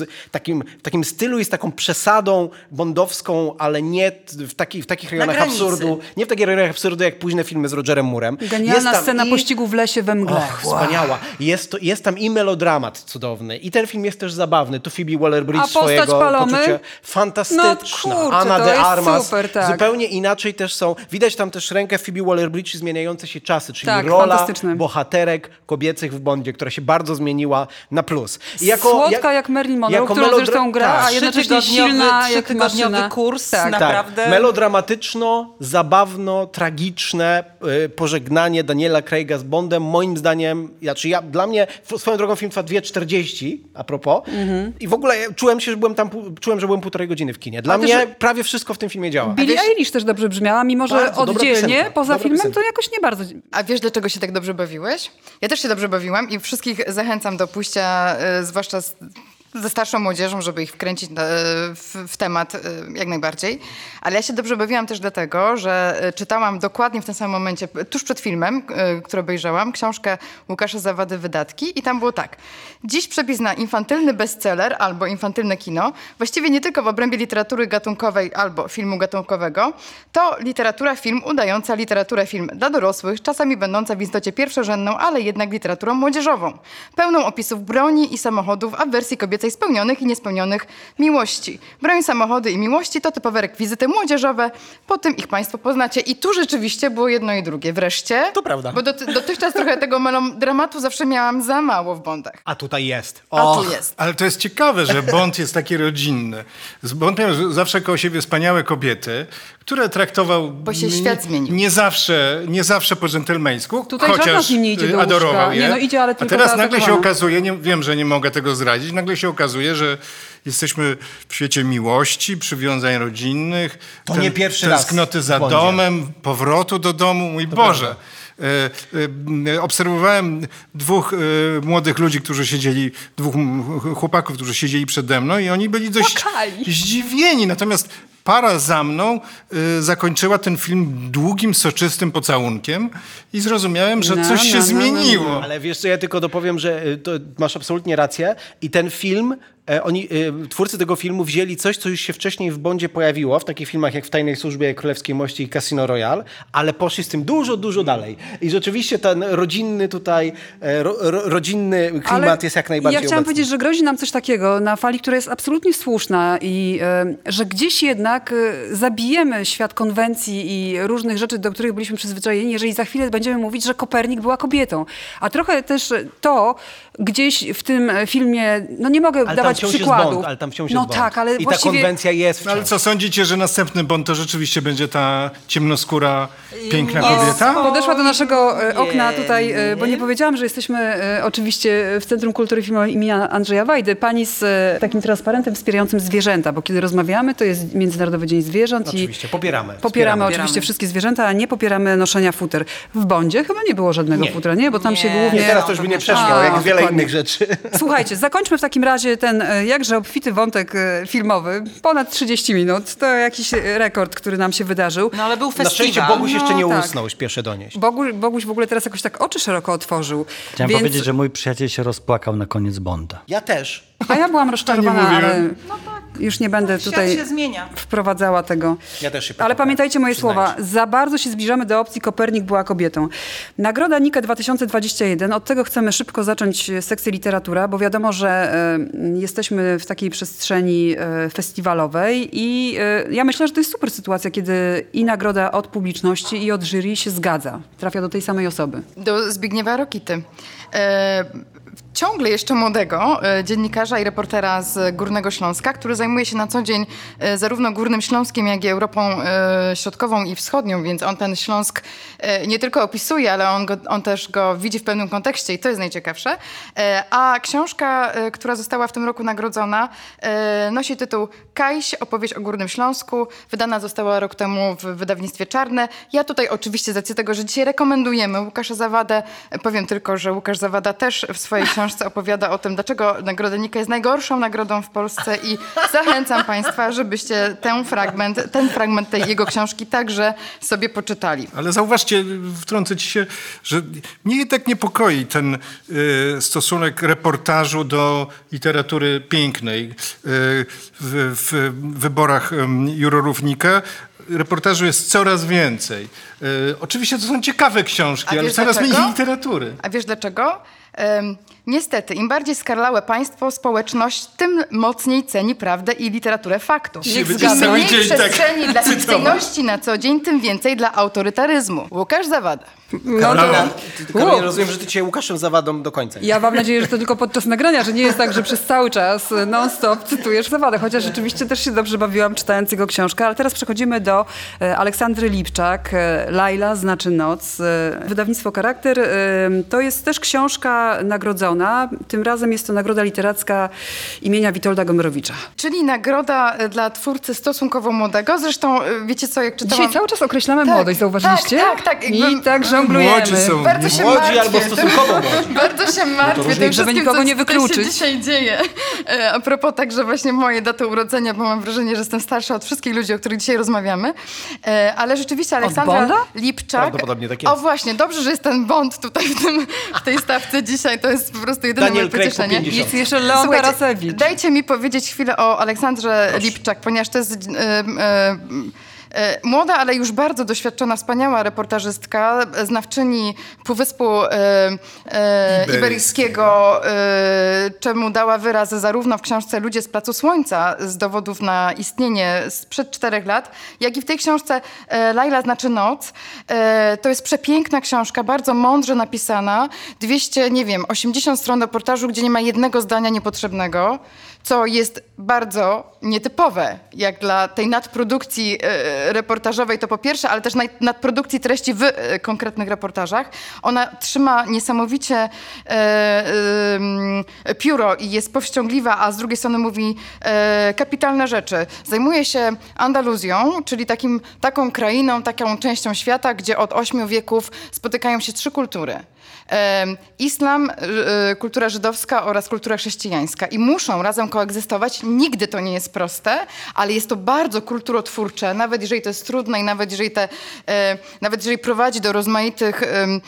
takim stylu i z taką przesadą bondowską, ale nie w takich rejonach absurdu. Nie w takich rejonach absurdu, jak późne filmy z Rogerem Moorem. Genialna scena pościgu w lesie we mgle. Wspaniała. Jest tam i melodramat cudowny. I ten film jest też zabawny. Tu Phoebe Waller-Bridge A postać Palomy? poczucie. Fantastyczna. No kurczę, Anna to de jest Armas czas. super, tak. Zupełnie inaczej też są. Widać tam też rękę Phoebe Waller-Bridge, zmieniające się czasy, czyli Tak, rola fantastyczne. bohaterek kobiecych w Bondzie, która się bardzo zmieniła na plus. I Słodka jak Marilyn Monroe, którą zresztą gra, a jednocześnie silna jak trzytygodniowy maszyna. kurs, Tak. naprawdę. Tak, melodramatyczno, zabawno, tragiczne pożegnanie Daniela Craiga z Bondem. Moim zdaniem, dla mnie, swoją drogą film trwa 2:40, a propos. I w ogóle czułem, że byłem 1,5 godziny w kinie. Dla mnie prawie wszystko w tym filmie działa. Billie Eilish też dobrze brzmiała, mimo że Bardzo dobra oddzielnie, piosenka, poza dobra filmem, piosenka. to jakoś nie bardzo. A wiesz, dlaczego się tak dobrze bawiłeś? Ja też się dobrze bawiłam i wszystkich zachęcam do pójścia, zwłaszcza ze starszą młodzieżą, żeby ich wkręcić w temat jak najbardziej. Ale ja się dobrze bawiłam też dlatego, że czytałam dokładnie w tym samym momencie, tuż przed filmem, który obejrzałam, książkę Łukasza Zawady Wydatki i tam było tak. Dziś przepis na infantylny bestseller albo infantylne kino, właściwie nie tylko w obrębie literatury gatunkowej albo filmu gatunkowego, to literatura film udająca literaturę film dla dorosłych, czasami będąca w istocie pierwszorzędną, ale jednak literaturą młodzieżową. Pełną opisów broni i samochodów, a w wersji kobiecej spełnionych i niespełnionych miłości. Broń, samochody i miłości to typowe rekwizyty młodzieżowe, po tym ich państwo poznacie. I tu rzeczywiście było jedno i drugie. Wreszcie, To prawda. bo dotychczas trochę tego melodramatu zawsze miałam za mało w Bondach. A tutaj jest. A tu jest. Ale to jest ciekawe, że Bond jest taki rodzinny. Bond miał zawsze koło siebie wspaniałe kobiety, które traktował Bo się świat zmienił. nie zawsze po dżentelmeńsku, Tutaj żadna chociaż z nim nie idzie do łóżka. adorował je. Nie, no idzie, ale A tylko teraz ta nagle się zakochana. okazuje, wiem, że nie mogę tego zdradzić, nagle się okazuje, że jesteśmy w świecie miłości, przywiązań rodzinnych, To nie pierwszy raz tęsknoty w za Bondzie. domem, powrotu do domu. Mój Boże. Obserwowałem dwóch młodych ludzi, dwóch chłopaków, którzy siedzieli przede mną i oni byli dość Płakali. zdziwieni. Natomiast para za mną zakończyła ten film długim, soczystym pocałunkiem i zrozumiałem, że coś się zmieniło. Ale wiesz co, ja tylko dopowiem, że to masz absolutnie rację i ten film, twórcy tego filmu wzięli coś, co już się wcześniej w Bondzie pojawiło, w takich filmach jak W tajnej służbie, Królewskiej Mości i Casino Royale, ale poszli z tym dużo, dużo dalej. I rzeczywiście ten rodzinny tutaj, rodzinny klimat jest jak najbardziej Ja chciałam obecny. powiedzieć, że grozi nam coś takiego na fali, która jest absolutnie słuszna i że gdzieś jednak zabijemy świat konwencji i różnych rzeczy, do których byliśmy przyzwyczajeni, jeżeli za chwilę będziemy mówić, że Kopernik była kobietą. A trochę też to gdzieś w tym filmie, no nie mogę Ale dawać tam wciąż przykładów. jest Bond, ale tam wciąż no jest Bond. tak, ale I właściwie... ta konwencja jest wciąż. Ale co, sądzicie, że następny Bond to rzeczywiście będzie ta ciemnoskóra, piękna Nie, kobieta? Podeszła do naszego Nie, okna tutaj, bo nie powiedziałam, że jesteśmy oczywiście w Centrum Kultury Filmowej imienia Andrzeja Wajdy. Pani z takim transparentem wspierającym zwierzęta, bo kiedy rozmawiamy, to jest Międzynarodowy Dzień Zwierząt. Oczywiście, popieramy. Popieramy oczywiście wszystkie zwierzęta, a nie popieramy noszenia futer. W Bondzie chyba nie było żadnego futra, nie? Bo tam się Nie. głównie... Nie, teraz to już by nie przeszło, jak wiele dokładnie. innych rzeczy. Słuchajcie, zakończmy w takim razie ten jakże obfity wątek filmowy. Ponad 30 minut. To jakiś rekord, który nam się wydarzył. No ale był Na festiwal. szczęście Boguś jeszcze nie tak. usnął, śpieszę donieść. Boguś w ogóle teraz jakoś tak oczy szeroko otworzył. Chciałem Więc... powiedzieć, że mój przyjaciel się rozpłakał na koniec Bonda. Ja też. A ja byłam rozczarowana, mówiłem. ale już nie będę tutaj Świat się zmienia. wprowadzała tego. Ja też się Ale popłakałem, pamiętajcie moje przyznaję słowa. Za bardzo się zbliżamy do opcji Kopernik była kobietą. Nagroda Nike 2021. Od tego chcemy szybko zacząć sekcję literatura, bo wiadomo, że jesteśmy w takiej przestrzeni festiwalowej i ja myślę, że to jest super sytuacja, kiedy i nagroda od publiczności i od jury się zgadza. Trafia do tej samej osoby. Do Zbigniewa Rokity. Ciągle jeszcze młodego dziennikarza i reportera z Górnego Śląska, który zajmuje się na co dzień zarówno Górnym Śląskiem, jak i Europą Środkową i Wschodnią, więc on ten Śląsk nie tylko opisuje, ale on też go widzi w pewnym kontekście i to jest najciekawsze. A książka, która została w tym roku nagrodzona, nosi tytuł Kajś, opowieść o Górnym Śląsku. Wydana została rok temu w wydawnictwie Czarne. Ja tutaj oczywiście z racji tego, że dzisiaj rekomendujemy Łukasza Zawadę, powiem tylko, że Łukasz Zawada też w swojej książce opowiada o tym, dlaczego Nagroda Nika jest najgorszą nagrodą w Polsce i zachęcam Państwa, żebyście ten fragment tej jego książki także sobie poczytali. Ale zauważcie, wtrącę ci się, że mnie jednak niepokoi ten stosunek reportażu do literatury pięknej w wyborach jurorów Nika. Reportażu jest coraz więcej. Oczywiście to są ciekawe książki, ale wiesz coraz dlaczego? mniej literatury. A wiesz dlaczego? Niestety, im bardziej skarlałe państwo, społeczność, tym mocniej ceni prawdę i literaturę faktów. Niech Im cały mniej dzień przestrzeni tak dla cytować. fikcyjności na co dzień, tym więcej dla autorytaryzmu. Łukasz Zawada. Karolina, Wow. rozumiem, że ty dzisiaj Łukaszem Zawadą do końca. Ja mam nadzieję, że to tylko podczas nagrania, że nie jest tak, że przez cały czas non-stop cytujesz Zawadę, chociaż rzeczywiście też się dobrze bawiłam czytając jego książkę, ale teraz przechodzimy do Aleksandry Lipczak, Lajla znaczy noc. Wydawnictwo Charakter to jest też książka nagrodzona, tym razem jest to nagroda literacka imienia Witolda Gombrowicza. Czyli nagroda dla twórcy stosunkowo młodego. Zresztą wiecie co, jak czytałam... Dzisiaj cały czas określamy Tak, młodość, zauważyliście? tak. I tak żonglujemy. Młodzi są. Bardzo się Młodzi martwię. albo stosunkowo młodzi. Bardzo się martwię tym żeby wszystkim, nikogo co nie tutaj wykluczyć. się dzisiaj dzieje. A propos także właśnie mojej daty urodzenia, bo mam wrażenie, że jestem starsza od wszystkich ludzi, o których dzisiaj rozmawiamy. Ale rzeczywiście Aleksandra Bonda? Lipczak... Prawdopodobnie tak jest. O właśnie, dobrze, że jest ten Bond tutaj w tej stawce dzisiaj. To jest po prostu jedyne Daniel moje Craig po pocieszenie. 50. Jest jeszcze Leon Słuchajcie, Tarasewicz. dajcie mi powiedzieć chwilę o Aleksandrze Lipczak, ponieważ to jest młoda, ale już bardzo doświadczona, wspaniała reportażystka, znawczyni Półwyspu Iberyjskiego, czemu dała wyraz zarówno w książce Ludzie z Placu Słońca z dowodów na istnienie sprzed 4 lat, jak i w tej książce Lajla znaczy noc. To jest przepiękna książka, bardzo mądrze napisana, 80 stron reportażu, gdzie nie ma jednego zdania niepotrzebnego, co jest bardzo nietypowe, jak dla tej nadprodukcji reportażowej, to po pierwsze, ale też nadprodukcji treści w konkretnych reportażach. Ona trzyma niesamowicie pióro i jest powściągliwa, a z drugiej strony mówi kapitalne rzeczy. Zajmuje się Andaluzją, czyli taką krainą, taką częścią świata, gdzie od 8 wieków spotykają się 3 kultury. Islam, kultura żydowska oraz kultura chrześcijańska i muszą razem koegzystować. Nigdy to nie jest proste, ale jest to bardzo kulturotwórcze, nawet jeżeli to jest trudne i nawet jeżeli prowadzi do rozmaitych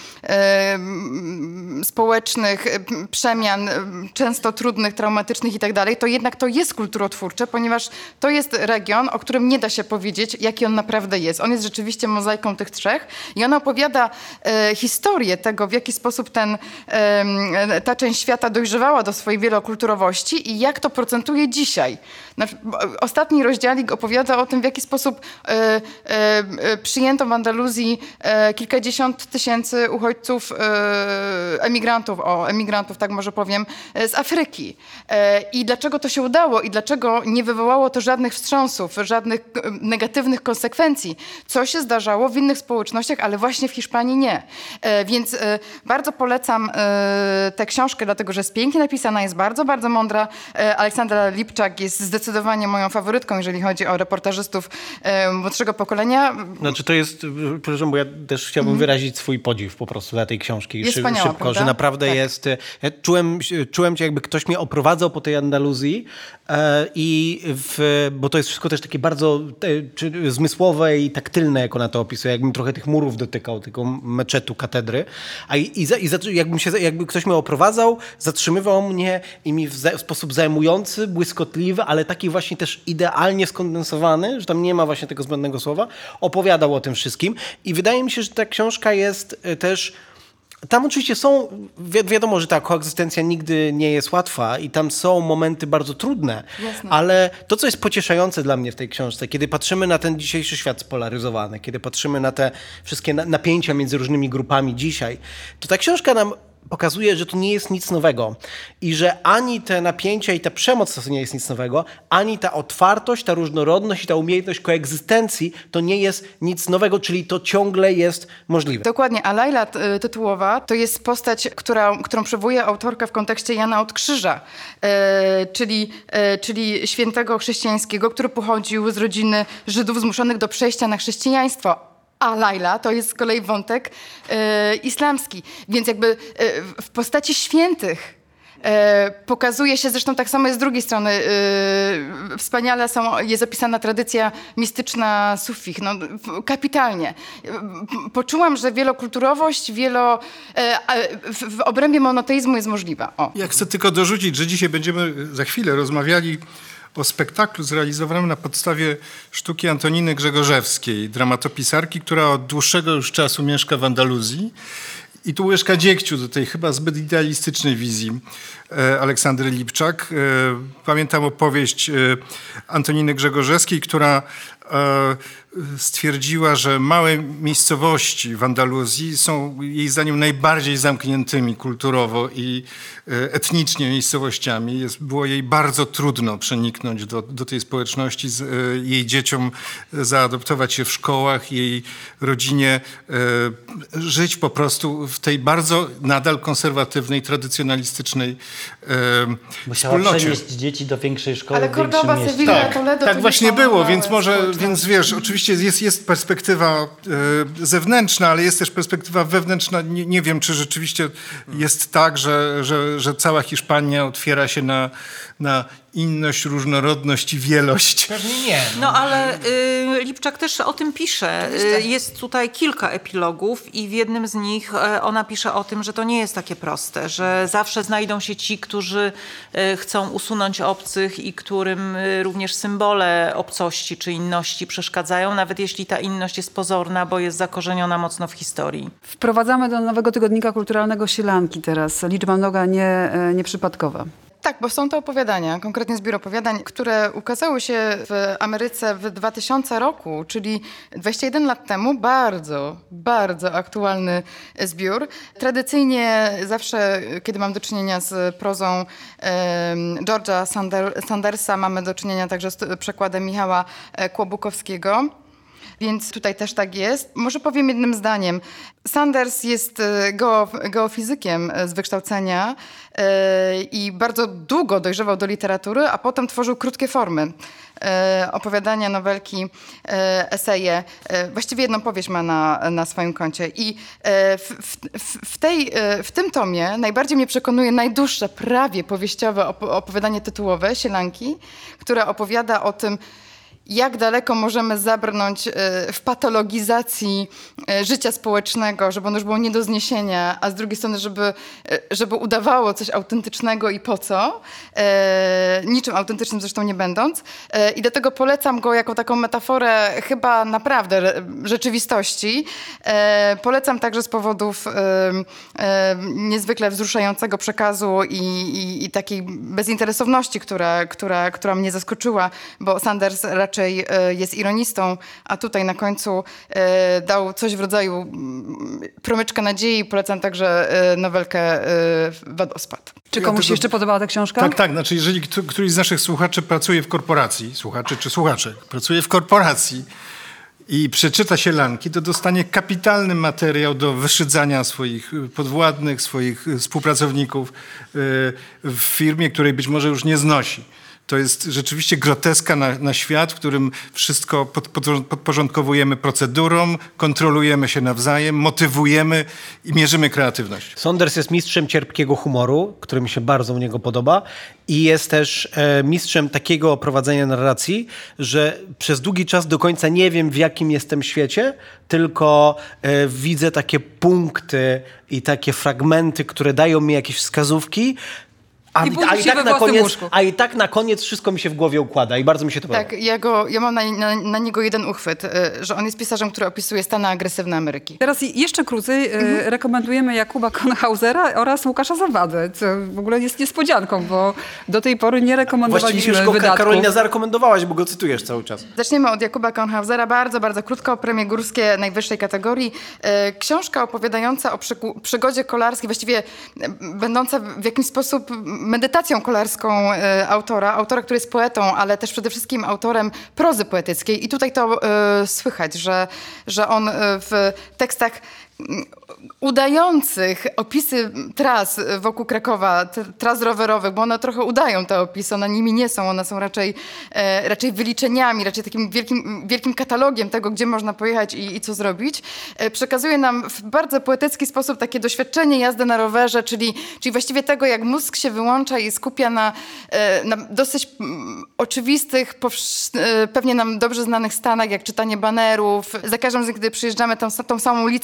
społecznych przemian, często trudnych, traumatycznych i tak dalej, to jednak to jest kulturotwórcze, ponieważ to jest region, o którym nie da się powiedzieć, jaki on naprawdę jest. On jest rzeczywiście mozaiką tych 3 i ona opowiada historię tego, w jaki sposób ta część świata dojrzewała do swojej wielokulturowości i jak to procentuje dzisiaj. Ostatni rozdziałik opowiada o tym, w jaki sposób przyjęto w Andaluzji kilkadziesiąt tysięcy uchodźców, emigrantów, tak może powiem, z Afryki. I dlaczego to się udało i dlaczego nie wywołało to żadnych wstrząsów, żadnych negatywnych konsekwencji, co się zdarzało w innych społecznościach, ale właśnie w Hiszpanii nie. Więc bardzo polecam tę książkę, dlatego że jest pięknie napisana, jest bardzo, bardzo mądra. Aleksandra Lipczak jest zdecydowanie moją faworytką, jeżeli chodzi o reportażystów młodszego pokolenia. Znaczy to jest, przepraszam, bo ja też chciałbym wyrazić swój podziw po prostu dla tej książki. Jest wspaniała, szybko, prawda? że naprawdę Tak. jest... Ja czułem cię, jakby ktoś mnie oprowadzał po tej Andaluzji bo to jest wszystko też takie bardzo zmysłowe i taktylne, jak ona to opisuje. Jakbym trochę tych murów dotykał, tego meczetu, katedry. Jakby ktoś mnie oprowadzał, zatrzymywał mnie i mi w sposób zajmujący, błyskotliwy, ale taki właśnie też idealnie skondensowany, że tam nie ma właśnie tego zbędnego słowa, opowiadał o tym wszystkim. I wydaje mi się, że ta książka jest też... Tam oczywiście są, wiadomo, że ta koegzystencja nigdy nie jest łatwa i tam są momenty bardzo trudne, Jasne. ale to, co jest pocieszające dla mnie w tej książce, kiedy patrzymy na ten dzisiejszy świat spolaryzowany, kiedy patrzymy na te wszystkie napięcia między różnymi grupami dzisiaj, to ta książka nam pokazuje, że to nie jest nic nowego i że ani te napięcia i ta przemoc to nie jest nic nowego, ani ta otwartość, ta różnorodność i ta umiejętność koegzystencji to nie jest nic nowego, czyli to ciągle jest możliwe. Dokładnie, a Lajla tytułowa to jest postać, którą przywołuje autorka w kontekście Jana od Krzyża, czyli świętego chrześcijańskiego, który pochodził z rodziny Żydów zmuszonych do przejścia na chrześcijaństwo. A Lajla to jest z kolei wątek islamski. Więc jakby w postaci świętych pokazuje się, zresztą tak samo jest z drugiej strony, wspaniale jest opisana tradycja mistyczna sufich, no kapitalnie. Poczułam, że wielokulturowość, w obrębie monoteizmu jest możliwa. O. Ja chcę tylko dorzucić, że dzisiaj będziemy za chwilę rozmawiali o spektaklu zrealizowanym na podstawie sztuki Antoniny Grzegorzewskiej, dramatopisarki, która od dłuższego już czasu mieszka w Andaluzji I tu łyżka dziegciu do tej chyba zbyt idealistycznej wizji Aleksandry Lipczak. Pamiętam opowieść Antoniny Grzegorzewskiej, która stwierdziła, że małe miejscowości w Andaluzji są jej zdaniem najbardziej zamkniętymi kulturowo i etnicznie miejscowościami. Było jej bardzo trudno przeniknąć do tej społeczności, jej dzieciom zaadoptować się w szkołach, jej rodzinie żyć po prostu w tej bardzo nadal konserwatywnej, tradycjonalistycznej Musiała wspólnocie. przenieść dzieci do większej szkoły Ale w większym Cordoba, mieście. Sevilla, Tak, Toledo, tak to właśnie są było, małe więc wiesz, oczywiście jest perspektywa zewnętrzna, ale jest też perspektywa wewnętrzna. Nie wiem, czy rzeczywiście jest tak, że cała Hiszpania otwiera się na inność, różnorodność i wielość. Pewnie nie. No ale Lipczak też o tym pisze. Jest tutaj kilka epilogów i w jednym z nich ona pisze o tym, że to nie jest takie proste, że zawsze znajdą się ci, którzy chcą usunąć obcych i którym również symbole obcości czy inności przeszkadzają, nawet jeśli ta inność jest pozorna, bo jest zakorzeniona mocno w historii. Wprowadzamy do nowego tygodnika kulturalnego Sielanki teraz. Liczba mnoga nieprzypadkowa. Tak, bo są to opowiadania, konkretnie zbiór opowiadań, które ukazały się w Ameryce w 2000 roku, czyli 21 lat temu. Bardzo, bardzo aktualny zbiór. Tradycyjnie zawsze, kiedy mam do czynienia z prozą George'a Sandersa, mamy do czynienia także z przekładem Michała Kłobukowskiego. Więc tutaj też tak jest. Może powiem jednym zdaniem. Sanders jest geofizykiem z wykształcenia i bardzo długo dojrzewał do literatury, a potem tworzył krótkie formy. Opowiadania, nowelki, eseje. Właściwie jedną powieść ma na swoim koncie. I w tym tomie najbardziej mnie przekonuje najdłuższe, prawie powieściowe opowiadanie tytułowe Sielanki, które opowiada o tym, jak daleko możemy zabrnąć w patologizacji życia społecznego, żeby ono już było nie do zniesienia, a z drugiej strony, żeby udawało coś autentycznego i po co, niczym autentycznym zresztą nie będąc. I dlatego polecam go jako taką metaforę chyba naprawdę rzeczywistości. Polecam także z powodów niezwykle wzruszającego przekazu i takiej bezinteresowności, która mnie zaskoczyła, bo Sanders raczej jest ironistą, a tutaj na końcu dał coś w rodzaju promyczka nadziei. Polecam także nowelkę Wodospad. Czy komuś się jeszcze podobała ta książka? Tak. Znaczy, jeżeli któryś z naszych słuchaczy pracuje w korporacji, słuchaczek pracuje w korporacji i przeczyta Sielanki, to dostanie kapitalny materiał do wyszydzania swoich podwładnych, swoich współpracowników w firmie, której być może już nie znosi. To jest rzeczywiście groteska na świat, w którym wszystko podporządkowujemy procedurom, kontrolujemy się nawzajem, motywujemy i mierzymy kreatywność. Saunders jest mistrzem cierpkiego humoru, który mi się bardzo u niego podoba i jest też mistrzem takiego prowadzenia narracji, że przez długi czas do końca nie wiem, w jakim jestem świecie, tylko widzę takie punkty i takie fragmenty, które dają mi jakieś wskazówki, a i tak na koniec wszystko mi się w głowie układa i bardzo mi się to podoba. Tak, ja mam na niego jeden uchwyt, że on jest pisarzem, który opisuje stany agresywne Ameryki. Teraz jeszcze krócej rekomendujemy Jakuba Konhausera oraz Łukasza Zawadę, co w ogóle jest niespodzianką, bo do tej pory nie rekomendowaliśmy Właściwie już go wydatków. Karolina zarekomendowałaś, bo go cytujesz cały czas. Zaczniemy od Jakuba Konhausera, bardzo, bardzo krótko, premie górskie najwyższej kategorii. Książka opowiadająca o przygodzie kolarskiej, właściwie będąca w jakiś sposób medytacją kolarską autora, który jest poetą, ale też przede wszystkim autorem prozy poetyckiej. I tutaj to słychać, że on w tekstach udających opisy tras wokół Krakowa, tras rowerowych, bo one trochę udają te opisy, one nimi nie są, one są raczej wyliczeniami, raczej takim wielkim katalogiem tego, gdzie można pojechać i co zrobić. Przekazuje nam w bardzo poetycki sposób takie doświadczenie jazdy na rowerze, czyli właściwie tego, jak mózg się wyłącza i skupia na dosyć oczywistych, pewnie nam dobrze znanych stanach, jak czytanie banerów. Za każdym razem, gdy przyjeżdżamy tą samą ulicą, za każdym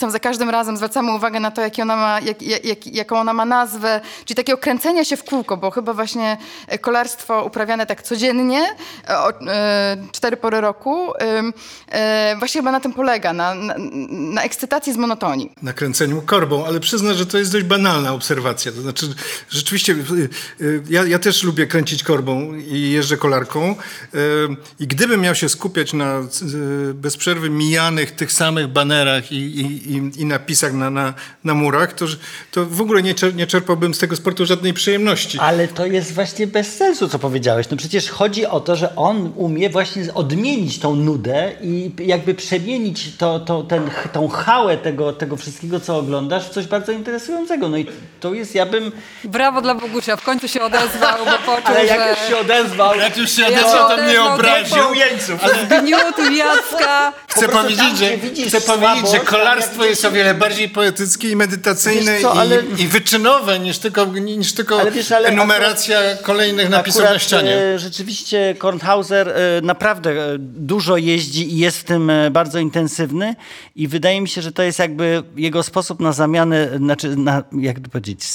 każdym razem zwracamy uwagę na to, jaką ona ma nazwę, czyli takiego kręcenia się w kółko, bo chyba właśnie kolarstwo uprawiane tak codziennie, 4 pory roku, właśnie chyba na tym polega, na ekscytacji z monotonii. Na kręceniu korbą, ale przyznam, że to jest dość banalna obserwacja. To znaczy, rzeczywiście, ja też lubię kręcić korbą i jeżdżę kolarką i gdybym miał się skupiać na bez przerwy mijanych tych samych banerach i napisach na murach, to w ogóle nie czerpałbym z tego sportu żadnej przyjemności. Ale to jest właśnie bez sensu, co powiedziałeś. No przecież chodzi o to, że on umie właśnie odmienić tą nudę i jakby przemienić tą chałę tego wszystkiego, co oglądasz, w coś bardzo interesującego. No i to jest, Brawo dla Bogusia, w końcu się odezwał, bo poczuł, Ale że... jak już się odezwał... Jak już się odezwał, to mnie obraził. Zgniótł Jacka. Chcę powiedzieć, że kolarstwo jest o wiele bardziej poetyckie i medytacyjne i wyczynowe niż tylko enumeracja kolejnych napisów na ścianie. Rzeczywiście Kornhauser naprawdę dużo jeździ i jest w tym bardzo intensywny i wydaje mi się, że to jest jakby jego sposób na zamianę, jak to powiedzieć,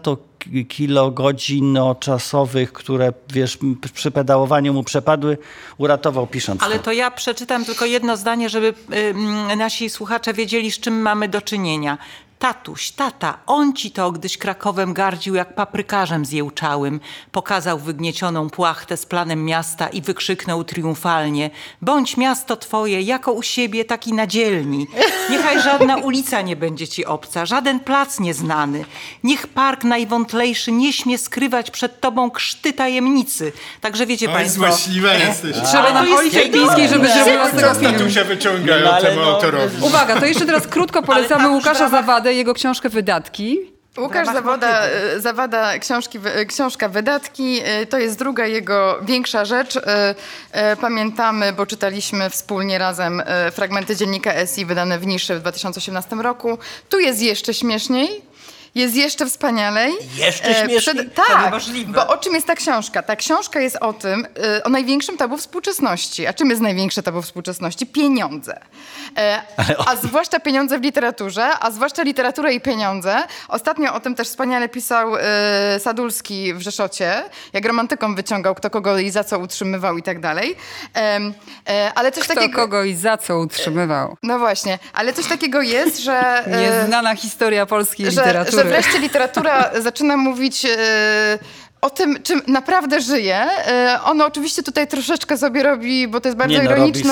kilogodzinno-czasowych, które przy pedałowaniu mu przepadły, uratował pisząc. Ale to ja przeczytam tylko jedno zdanie, żeby nasi słuchacze wiedzieli, z czym mamy do czynienia. Tatuś, tata, on ci to, gdyś Krakowem gardził jak paprykarzem zjełczałym. Pokazał wygniecioną płachtę z planem miasta i wykrzyknął triumfalnie: bądź miasto twoje, jako u siebie, tak i na dzielni. Niechaj żadna ulica nie będzie ci obca, żaden plac nieznany. Niech park najwątlejszy nie śmie skrywać przed tobą krzty tajemnicy. Także wiecie państwo... Złośliwa jesteś. Trzeba na Oli Cierpińskiej, żeby zrobiła z tego film. Tatusia wyciągają temu autorowi. Uwaga, to jeszcze teraz krótko polecamy Łukasza Zawadę, jego książkę Wydatki. Łukasz Zawada, książka Wydatki, to jest druga jego większa rzecz. Pamiętamy, bo czytaliśmy wspólnie razem fragmenty dziennika SI wydane w Niszy w 2018 roku. Tu jest jeszcze śmieszniej. Jest jeszcze wspanialej. Jeszcze śmieszniej? Tak, bo o czym jest ta książka? Ta książka jest o tym, o największym tabu współczesności. A czym jest największe tabu współczesności? Pieniądze. A zwłaszcza pieniądze w literaturze, a zwłaszcza literaturę i pieniądze. Ostatnio o tym też wspaniale pisał Sadulski w Rzeszocie, jak romantykom wyciągał, kto kogo i za co utrzymywał i tak dalej. Ale coś takiego... kogo i za co utrzymywał. No właśnie, ale coś takiego jest, że... Nieznana historia polskiej literatury. Że wreszcie literatura zaczyna mówić o tym, czym naprawdę żyje. Ono oczywiście tutaj troszeczkę sobie robi, bo to jest bardzo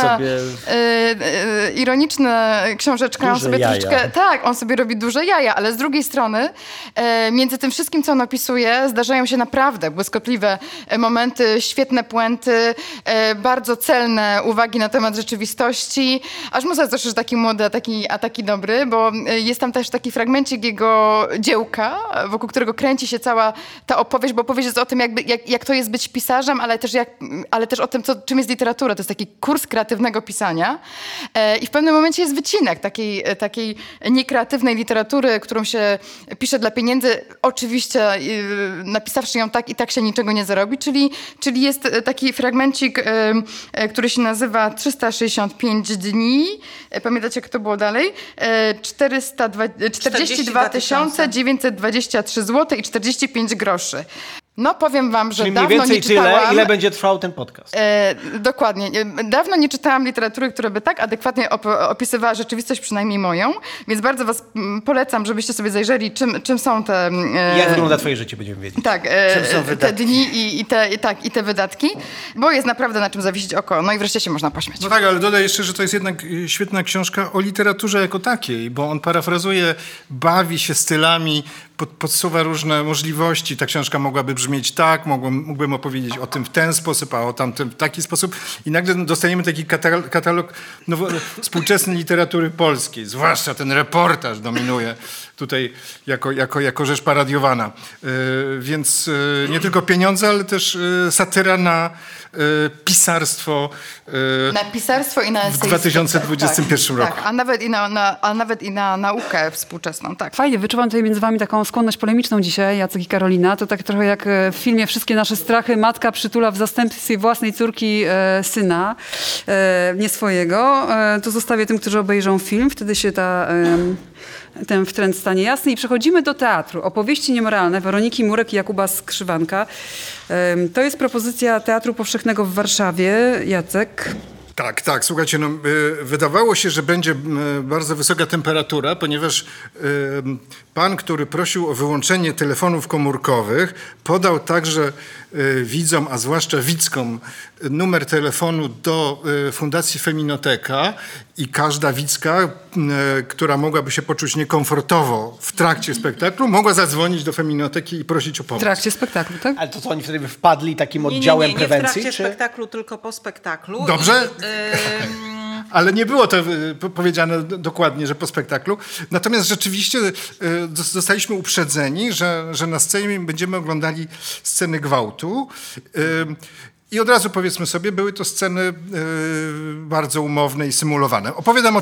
ironiczna książeczka. On sobie troszeczkę, tak, on sobie robi duże jaja, ale z drugiej strony między tym wszystkim, co on opisuje, zdarzają się naprawdę błyskotliwe momenty, świetne puenty, bardzo celne uwagi na temat rzeczywistości. Aż mu zazdroszczę, że taki młody, a taki dobry, bo jest tam też taki fragmencik jego dziełka, wokół którego kręci się cała ta opowieść, bo opowieść jest o tym, jak to jest być pisarzem, ale też o tym, czym jest literatura. To jest taki kurs kreatywnego pisania. I w pewnym momencie jest wycinek takiej niekreatywnej literatury, którą się pisze dla pieniędzy. Oczywiście napisawszy ją tak i tak się niczego nie zarobi, czyli jest taki fragmencik, który się nazywa 365 dni. Pamiętacie, jak to było dalej? 42 923 zł i 45 groszy. No powiem wam, że czyli dawno mniej więcej nie czytałam... tyle, ile będzie trwał ten podcast. Dokładnie. Dawno nie czytałam literatury, która by tak adekwatnie opisywała rzeczywistość, przynajmniej moją, więc bardzo was polecam, żebyście sobie zajrzeli, czym są te... Jak wygląda twoje życie, będziemy wiedzieć. Tak, te dni i te wydatki, bo jest naprawdę na czym zawiesić oko. No i wreszcie się można pośmiać. No tak, ale dodaj jeszcze, że to jest jednak świetna książka o literaturze jako takiej, bo on parafrazuje, bawi się stylami, podsuwa różne możliwości. Ta książka mogłaby brzmieć tak, mógłbym opowiedzieć o tym w ten sposób, a o tamtym w taki sposób. I nagle dostajemy taki katalog współczesnej literatury polskiej. Zwłaszcza ten reportaż dominuje tutaj jako rzecz paradiowana. Więc nie tylko pieniądze, ale też satyra na pisarstwo. Na pisarstwo i na eseistykę. W 2021 roku. Tak, a nawet i na naukę współczesną. Tak. Fajnie, wyczuwam tutaj między wami taką skłonność polemiczną dzisiaj, Jacek i Karolina. To tak trochę jak w filmie Wszystkie nasze strachy. Matka przytula w zastępstwie własnej córki syna, nie swojego. To zostawię tym, którzy obejrzą film. Wtedy się ten wtręt stanie jasny. I przechodzimy do teatru. Opowieści niemoralne Weroniki Murek i Jakuba Skrzywanka. To jest propozycja Teatru Powszechnego w Warszawie. Jacek? Tak. Słuchajcie, wydawało się, że będzie bardzo wysoka temperatura, ponieważ pan, który prosił o wyłączenie telefonów komórkowych, podał także widzom, a zwłaszcza widzkom, numer telefonu do Fundacji Feminoteka i każda widzka, która mogłaby się poczuć niekomfortowo w trakcie spektaklu, mogła zadzwonić do Feminoteki i prosić o pomoc. W trakcie spektaklu, tak? Ale to co, oni wtedy by wpadli takim oddziałem prewencji? Nie w trakcie spektaklu, tylko po spektaklu. Dobrze? Ale nie było to powiedziane dokładnie, że po spektaklu. Natomiast rzeczywiście zostaliśmy uprzedzeni, że na scenie będziemy oglądali sceny gwałtu. I od razu powiedzmy sobie, były to sceny bardzo umowne i symulowane. Opowiadam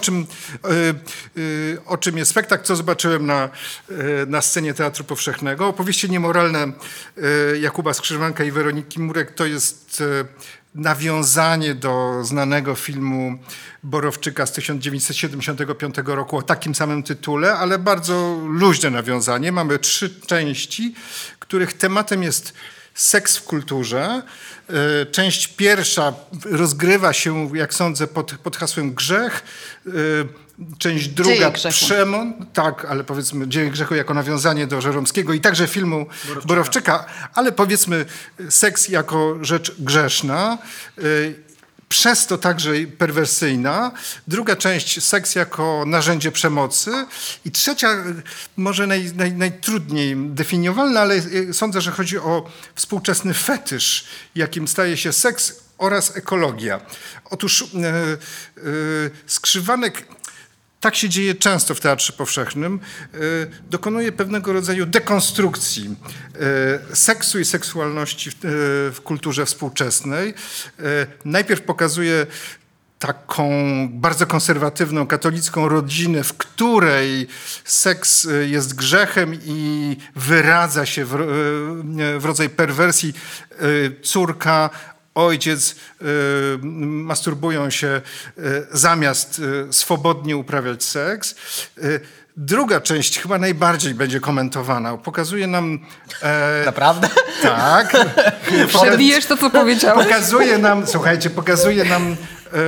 o czym jest spektakl, co zobaczyłem na scenie Teatru Powszechnego. Opowieści niemoralne Jakuba Skrzywanka i Weroniki Murek to jest nawiązanie do znanego filmu Borowczyka z 1975 roku o takim samym tytule, ale bardzo luźne nawiązanie. Mamy 3 części, których tematem jest seks w kulturze. Część pierwsza rozgrywa się, jak sądzę, pod hasłem grzech. Część druga przemoc. Tak, ale powiedzmy dzieje grzechu jako nawiązanie do Żeromskiego i także filmu Borowczyka, ale powiedzmy seks jako rzecz grzeszna. Przez to także perwersyjna. Druga część seks jako narzędzie przemocy. I trzecia, może najtrudniej definiowalna, ale sądzę, że chodzi o współczesny fetysz, jakim staje się seks oraz ekologia. Otóż Skrzywanek, tak się dzieje często w Teatrze Powszechnym, dokonuje pewnego rodzaju dekonstrukcji seksu i seksualności w kulturze współczesnej. Najpierw pokazuje taką bardzo konserwatywną, katolicką rodzinę, w której seks jest grzechem i wyradza się w rodzaj perwersji. Córka, ojciec masturbują się zamiast swobodnie uprawiać seks. Druga część chyba najbardziej będzie komentowana. Pokazuje nam... Naprawdę? Tak. Przebijesz to, co powiedziałeś. Pokazuje nam...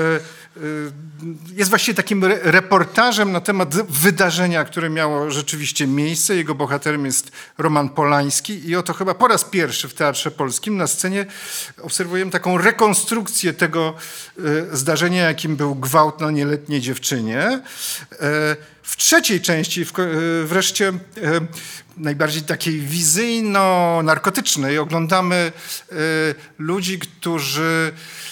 Jest właściwie takim reportażem na temat wydarzenia, które miało rzeczywiście miejsce. Jego bohaterem jest Roman Polański i oto chyba po raz pierwszy w Teatrze Polskim na scenie obserwujemy taką rekonstrukcję tego zdarzenia, jakim był gwałt na nieletniej dziewczynie. W trzeciej części wreszcie najbardziej takiej wizyjno-narkotycznej oglądamy ludzi, którzy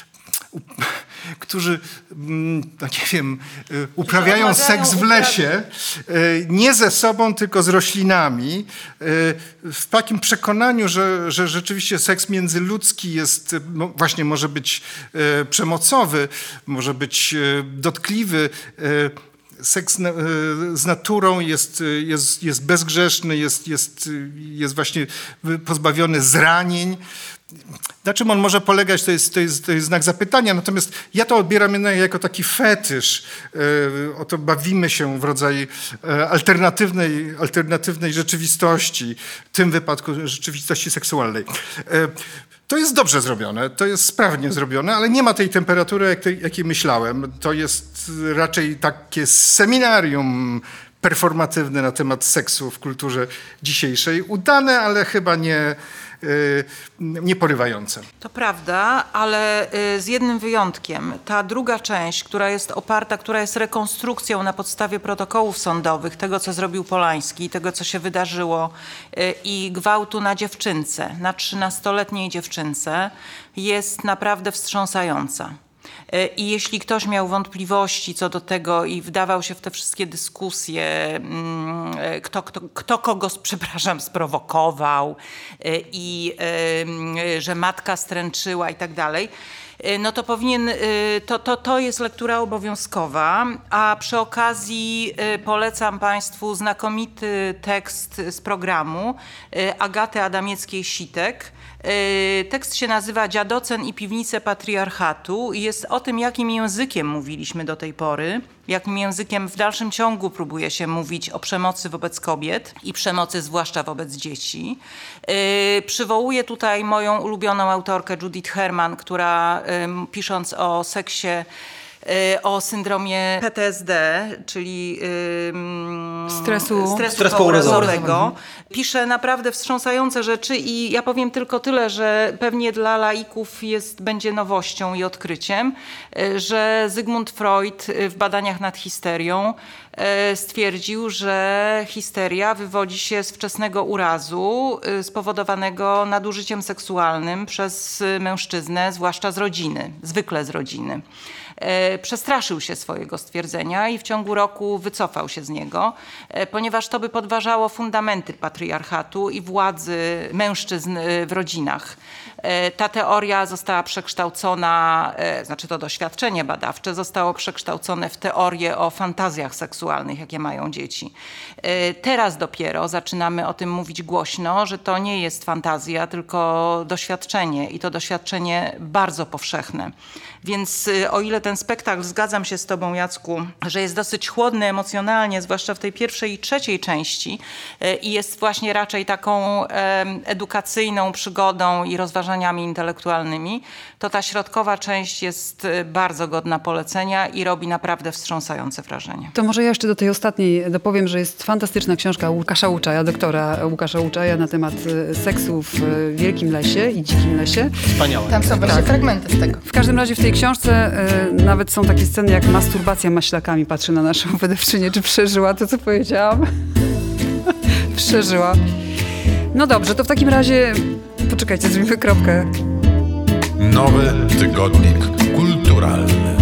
no nie wiem, uprawiają seks w lesie, nie ze sobą, tylko z roślinami, w takim przekonaniu, że rzeczywiście seks międzyludzki jest, właśnie może być przemocowy, może być dotkliwy. Seks z naturą jest bezgrzeszny, jest właśnie pozbawiony zranień. Na czym on może polegać, to jest znak zapytania. Natomiast ja to odbieram jednak jako taki fetysz. Oto bawimy się w rodzaju alternatywnej rzeczywistości, w tym wypadku rzeczywistości seksualnej. To jest dobrze zrobione, to jest sprawnie zrobione, ale nie ma tej temperatury, jakiej myślałem. To jest raczej takie seminarium performatywne na temat seksu w kulturze dzisiejszej. Udane, ale chyba nie porywające. To prawda, ale z jednym wyjątkiem. Ta druga część, która jest oparta, która jest rekonstrukcją na podstawie protokołów sądowych, tego co zrobił Polański, tego co się wydarzyło i gwałtu na dziewczynce, na 13-letniej dziewczynce, jest naprawdę wstrząsająca. I jeśli ktoś miał wątpliwości co do tego i wdawał się w te wszystkie dyskusje, kto kogo, przepraszam, sprowokował i że matka stręczyła i tak dalej, no to powinien, to jest lektura obowiązkowa, a przy okazji polecam Państwu znakomity tekst z programu Agaty Adamieckiej-Sitek. Tekst się nazywa Dziadocen i piwnice patriarchatu i jest o tym, jakim językiem mówiliśmy do tej pory, jakim językiem w dalszym ciągu próbuje się mówić o przemocy wobec kobiet i przemocy zwłaszcza wobec dzieci. Przywołuję tutaj moją ulubioną autorkę Judith Herman, która pisząc o seksie, o syndromie PTSD, czyli stresu pourazowego. Pisze naprawdę wstrząsające rzeczy i ja powiem tylko tyle, że pewnie dla laików będzie nowością i odkryciem, że Zygmunt Freud w badaniach nad histerią stwierdził, że histeria wywodzi się z wczesnego urazu spowodowanego nadużyciem seksualnym przez mężczyznę, zwłaszcza z rodziny, zwykle z rodziny. Przestraszył się swojego stwierdzenia i w ciągu roku wycofał się z niego, ponieważ to by podważało fundamenty patriarchatu i władzy mężczyzn w rodzinach. Ta teoria została przekształcona, znaczy to doświadczenie badawcze zostało przekształcone w teorię o fantazjach seksualnych, jakie mają dzieci. Teraz dopiero zaczynamy o tym mówić głośno, że to nie jest fantazja, tylko doświadczenie i to doświadczenie bardzo powszechne. Więc o ile ten spektakl, zgadzam się z tobą, Jacku, że jest dosyć chłodny emocjonalnie, zwłaszcza w tej pierwszej i trzeciej części i jest właśnie raczej taką edukacyjną przygodą i rozważaniami intelektualnymi, to ta środkowa część jest bardzo godna polecenia i robi naprawdę wstrząsające wrażenie. To może ja jeszcze do tej ostatniej dopowiem, że jest fantastyczna książka Łukasza Łuczaja, doktora Łukasza Łuczaja na temat seksu w Wielkim Lesie i Dzikim Lesie. Wspaniałe. Tam są właśnie fragmenty z tego. W każdym razie w tej książce nawet są takie sceny jak masturbacja maślakami. Patrzę na naszą wydawczynię, czy przeżyła to, co powiedziałam. Przeżyła. No dobrze, to w takim razie poczekajcie, zrobimy kropkę. Nowy tygodnik kulturalny.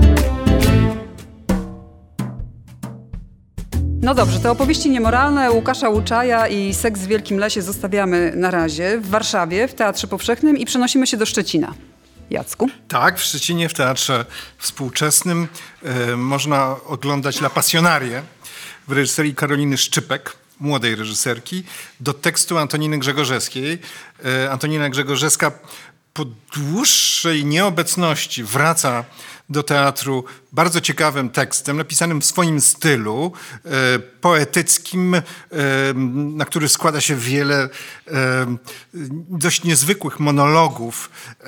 No dobrze, te opowieści niemoralne Łukasza Łuczaja i Seks w Wielkim Lesie zostawiamy na razie w Warszawie, w Teatrze Powszechnym i przenosimy się do Szczecina. Jacku? Tak, w Szczecinie w Teatrze Współczesnym można oglądać La Passionarię w reżyserii Karoliny Szczypek, młodej reżyserki, do tekstu Antoniny Grzegorzewskiej. Antonina Grzegorzewska po dłuższej nieobecności wraca do teatru bardzo ciekawym tekstem, napisanym w swoim stylu, poetyckim, na który składa się wiele dość niezwykłych monologów.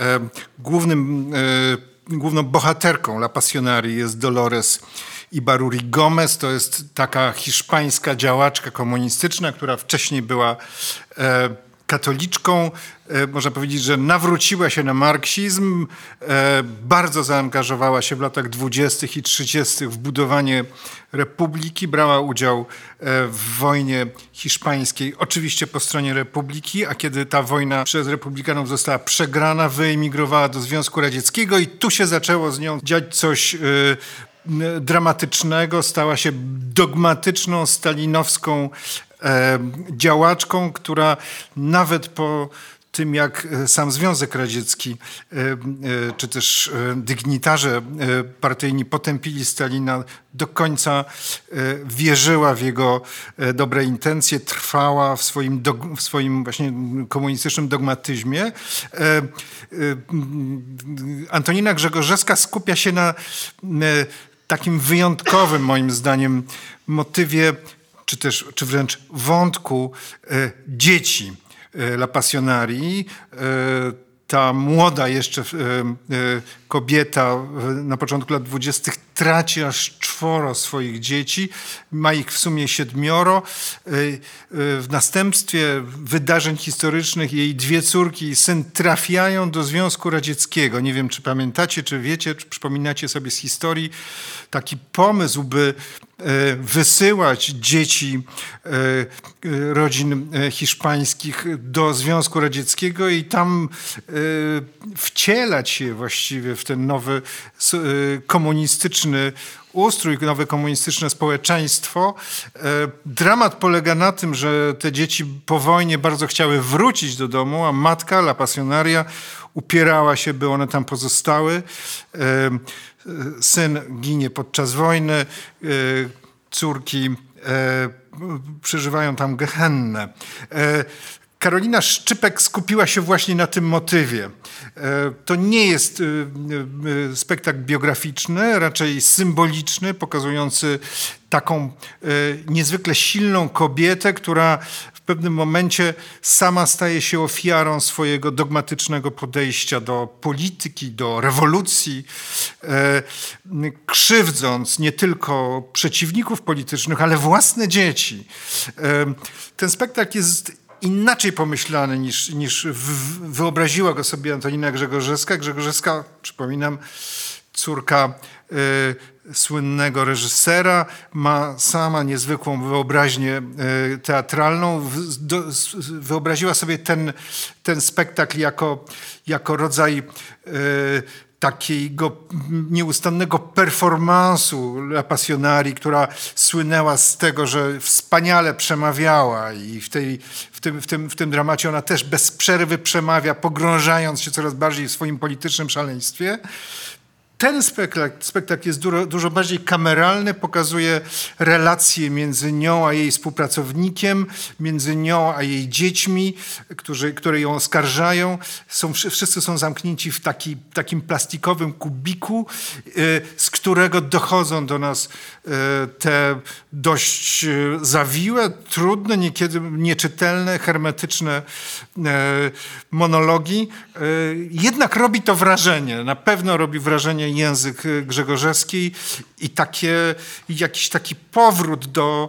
Główną bohaterką La Passionarii jest Dolores Ibarruri Gomez. To jest taka hiszpańska działaczka komunistyczna, która wcześniej była katoliczką. Można powiedzieć, że nawróciła się na marksizm, bardzo zaangażowała się w latach 20. i 30. w budowanie republiki, brała udział w wojnie hiszpańskiej, oczywiście po stronie republiki, a kiedy ta wojna przez republikanów została przegrana, wyemigrowała do Związku Radzieckiego i tu się zaczęło z nią dziać coś dramatycznego, stała się dogmatyczną, stalinowską działaczką, która nawet po tym, jak sam Związek Radziecki, czy też dygnitarze partyjni potępili Stalina, do końca wierzyła w jego dobre intencje, trwała w swoim właśnie komunistycznym dogmatyzmie. Antonina Grzegorzewska skupia się na takim wyjątkowym, moim zdaniem, motywie, czy wręcz wątku dzieci La Passionarii. Ta młoda jeszcze kobieta na początku lat 20. traci aż 4 swoich dzieci, ma ich w sumie 7. W następstwie wydarzeń historycznych jej 2 córki i syn trafiają do Związku Radzieckiego. Nie wiem, czy pamiętacie, czy wiecie, czy przypominacie sobie z historii taki pomysł, by wysyłać dzieci rodzin hiszpańskich do Związku Radzieckiego i tam wcielać się właściwie w ten nowy komunistyczny ustrój, nowe komunistyczne społeczeństwo. Dramat polega na tym, że te dzieci po wojnie bardzo chciały wrócić do domu, a matka, la pasionaria, upierała się, by one tam pozostały. Syn ginie podczas wojny, córki przeżywają tam gehennę. Karolina Szczypek skupiła się właśnie na tym motywie. To nie jest spektakl biograficzny, raczej symboliczny, pokazujący taką niezwykle silną kobietę, która w pewnym momencie sama staje się ofiarą swojego dogmatycznego podejścia do polityki, do rewolucji, krzywdząc nie tylko przeciwników politycznych, ale własne dzieci. Ten spektakl jest inaczej pomyślany niż wyobraziła go sobie Antonina Grzegorzewska. Grzegorzewska, przypominam, córka słynnego reżysera, ma sama niezwykłą wyobraźnię teatralną. Wyobraziła sobie ten spektakl jako rodzaj takiego nieustannego performansu La Passionari, która słynęła z tego, że wspaniale przemawiała i w tym dramacie ona też bez przerwy przemawia, pogrążając się coraz bardziej w swoim politycznym szaleństwie. Ten spektakl jest dużo bardziej kameralny, pokazuje relacje między nią a jej współpracownikiem, między nią a jej dziećmi, które ją oskarżają. Wszyscy są zamknięci w takim plastikowym kubiku, z którego dochodzą do nas te dość zawiłe, trudne, niekiedy nieczytelne, hermetyczne monologi. Jednak robi to wrażenie, na pewno robi wrażenie język Grzegorzewski i jakiś taki powrót do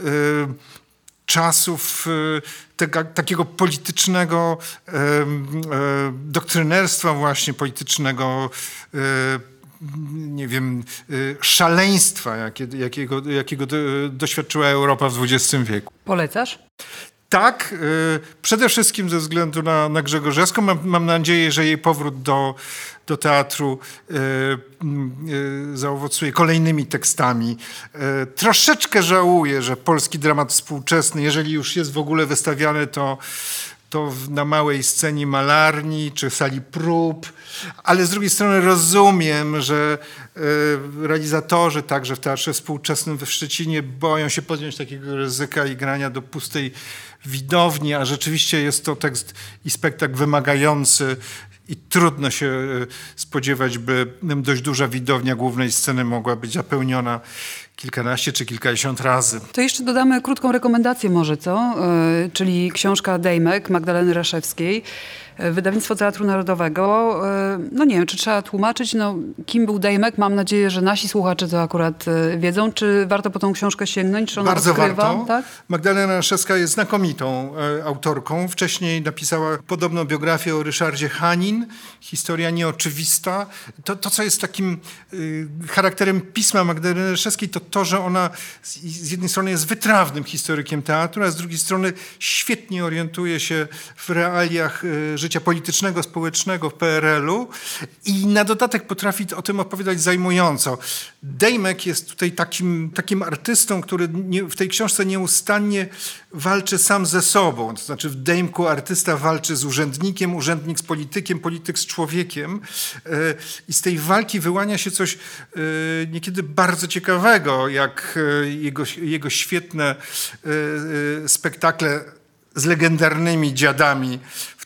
czasów takiego politycznego doktrynerstwa właśnie, politycznego nie wiem, szaleństwa, jakiego doświadczyła Europa w XX wieku. Polecasz? Tak, przede wszystkim ze względu na Grzegorzewską. Mam nadzieję, że jej powrót do teatru zaowocuje kolejnymi tekstami. Troszeczkę żałuję, że polski dramat współczesny, jeżeli już jest w ogóle wystawiany, to na małej scenie malarni czy sali prób, ale z drugiej strony rozumiem, że realizatorzy także w Teatrze Współczesnym we Szczecinie boją się podjąć takiego ryzyka i grania do pustej widowni, a rzeczywiście jest to tekst i spektakl wymagający i trudno się spodziewać, by dość duża widownia głównej sceny mogła być zapełniona kilkanaście czy kilkadziesiąt razy. To jeszcze dodamy krótką rekomendację może, co? Czyli książka Dejmek Magdaleny Raszewskiej, wydawnictwo Teatru Narodowego. No nie wiem, czy trzeba tłumaczyć, kim był Dejmek. Mam nadzieję, że nasi słuchacze to akurat wiedzą. Czy warto po tą książkę sięgnąć? Czy ona Bardzo odkrywa? warto. Tak? Magdalena Raszewska jest znakomitą autorką. Wcześniej napisała podobną biografię o Ryszardzie Hanin. Historia nieoczywista. To co jest takim charakterem pisma Magdaleny Raszewskiej, to, że ona z jednej strony jest wytrawnym historykiem teatru, a z drugiej strony świetnie orientuje się w realiach życia politycznego, społecznego w PRL-u i na dodatek potrafi o tym opowiadać zajmująco. Dejmek jest tutaj takim artystą, który w tej książce nieustannie walczy sam ze sobą. To znaczy w Dejmku artysta walczy z urzędnikiem, urzędnik z politykiem, polityk z człowiekiem i z tej walki wyłania się coś niekiedy bardzo ciekawego, jak jego świetne spektakle z legendarnymi dziadami w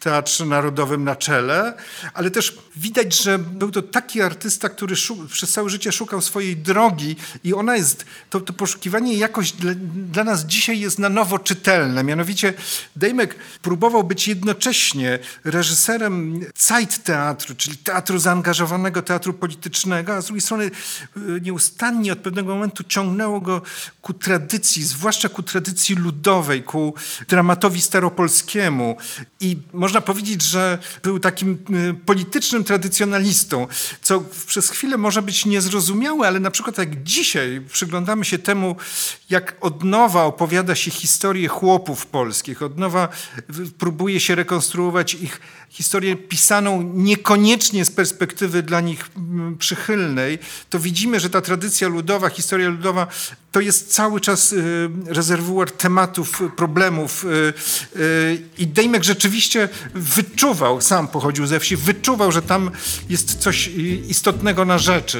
Teatrze Narodowym na czele, ale też widać, że był to taki artysta, który przez całe życie szukał swojej drogi i ona jest, to poszukiwanie jakoś dla nas dzisiaj jest na nowo czytelne. Mianowicie Dejmek próbował być jednocześnie reżyserem Zeitteatru, czyli teatru zaangażowanego, teatru politycznego, a z drugiej strony nieustannie od pewnego momentu ciągnęło go ku tradycji, zwłaszcza ku tradycji ludowej, ku dramatowi staropolskiemu. I można powiedzieć, że był takim politycznym tradycjonalistą, co przez chwilę może być niezrozumiałe, ale na przykład jak dzisiaj przyglądamy się temu, jak od nowa opowiada się historię chłopów polskich, od nowa próbuje się rekonstruować ich historię pisaną niekoniecznie z perspektywy dla nich przychylnej, to widzimy, że ta tradycja ludowa, historia ludowa to jest cały czas rezerwuar tematów, problemów i Dejmek rzeczywiście wyczuwał, sam pochodził ze wsi, wyczuwał, że tam jest coś istotnego na rzeczy.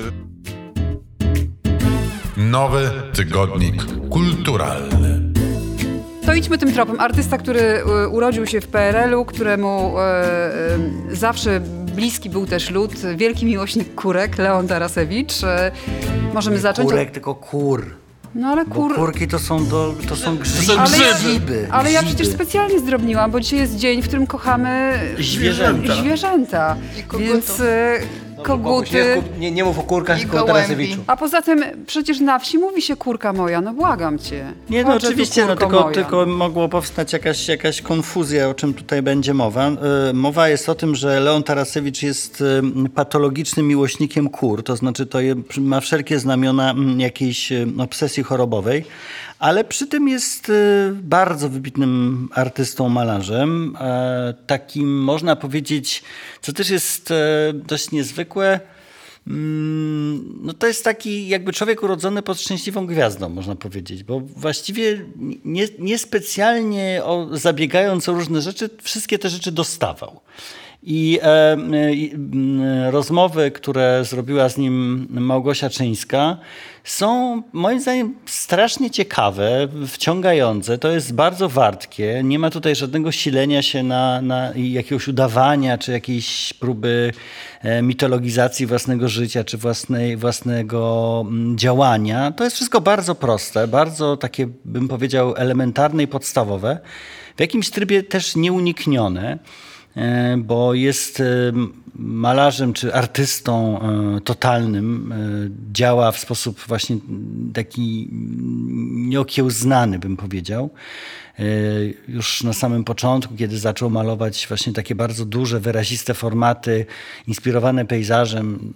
Nowy tygodnik kulturalny. To idźmy tym tropem. Artysta, który urodził się w PRL-u, któremu zawsze bliski był też lud, wielki miłośnik kurek, Leon Tarasewicz. Możemy zacząć... Kurek, tylko kur. No ale Bo kurki to są grzyby. Ale ja przecież specjalnie zdrobniłam, bo dzisiaj jest dzień, w którym kochamy zwierzęta. I kogutów. Więc koguty... Nie mów o kurkach, I tylko o gołębi. Tarasewiczu. A poza tym przecież na wsi mówi się kurka moja, no błagam cię. Nie, no Chodź, że tu oczywiście, kurko moja. tylko mogło powstać jakaś konfuzja, o czym tutaj będzie mowa. Mowa jest o tym, że Leon Tarasewicz jest patologicznym miłośnikiem kur, to znaczy ma wszelkie znamiona jakiejś obsesji chorobowej, ale przy tym jest bardzo wybitnym artystą, malarzem. Takim można powiedzieć, co też jest dość niezwykłe, no to jest taki jakby człowiek urodzony pod szczęśliwą gwiazdą, można powiedzieć, bo właściwie niespecjalnie zabiegając o różne rzeczy, wszystkie te rzeczy dostawał. I rozmowy, które zrobiła z nim Małgosia Czyńska, są moim zdaniem strasznie ciekawe, wciągające. To jest bardzo wartkie. Nie ma tutaj żadnego silenia się na jakiegoś udawania, czy jakiejś próby mitologizacji własnego życia, czy własnego działania. To jest wszystko bardzo proste, bardzo takie, bym powiedział, elementarne i podstawowe. W jakimś trybie też nieuniknione, bo jest malarzem czy artystą totalnym, działa w sposób właśnie taki nieokiełznany, bym powiedział. Już na samym początku, kiedy zaczął malować właśnie takie bardzo duże, wyraziste formaty, inspirowane pejzażem,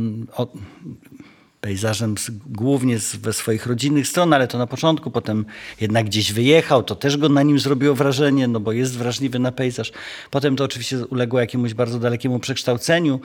pejzażem głównie ze swoich rodzinnych stron, ale to na początku, potem jednak gdzieś wyjechał, to też go na nim zrobiło wrażenie, no bo jest wrażliwy na pejzaż. Potem to oczywiście uległo jakiemuś bardzo dalekiemu przekształceniu.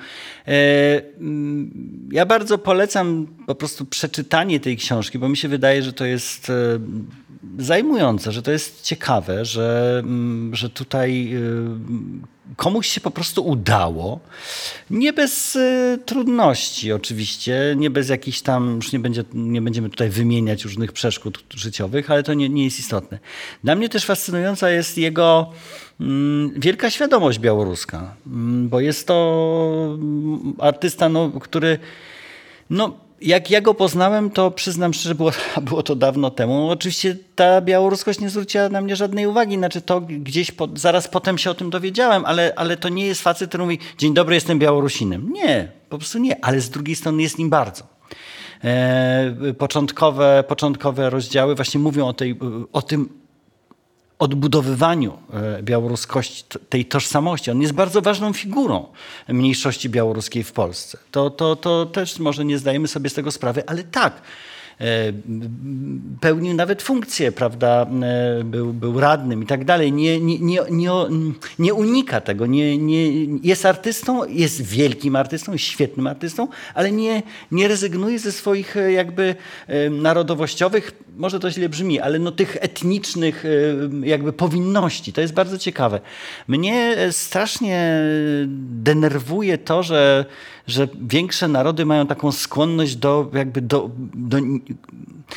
Ja bardzo polecam po prostu przeczytanie tej książki, bo mi się wydaje, że to jest zajmujące, że to jest ciekawe, że tutaj komuś się po prostu udało, nie bez trudności oczywiście, nie bez jakichś tam, już nie będziemy tutaj wymieniać różnych przeszkód życiowych, ale to nie jest istotne. Dla mnie też fascynująca jest jego wielka świadomość białoruska, bo jest to artysta, który jak ja go poznałem, to przyznam szczerze, było to dawno temu. Oczywiście ta białoruskość nie zwróciła na mnie żadnej uwagi. Znaczy to gdzieś zaraz potem się o tym dowiedziałem, ale to nie jest facet, który mówi: dzień dobry, jestem Białorusinem. Nie, po prostu nie, ale z drugiej strony jest nim bardzo. Początkowe rozdziały właśnie mówią o tym odbudowywaniu białoruskości, tej tożsamości. On jest bardzo ważną figurą mniejszości białoruskiej w Polsce. To też może nie zdajemy sobie z tego sprawy, ale tak, pełnił nawet funkcję, prawda, był radnym i tak dalej. Nie unika tego. Jest artystą, jest wielkim artystą, świetnym artystą, ale nie rezygnuje ze swoich jakby narodowościowych, może to źle brzmi, ale tych etnicznych jakby powinności. To jest bardzo ciekawe. Mnie strasznie denerwuje to, że większe narody mają taką skłonność do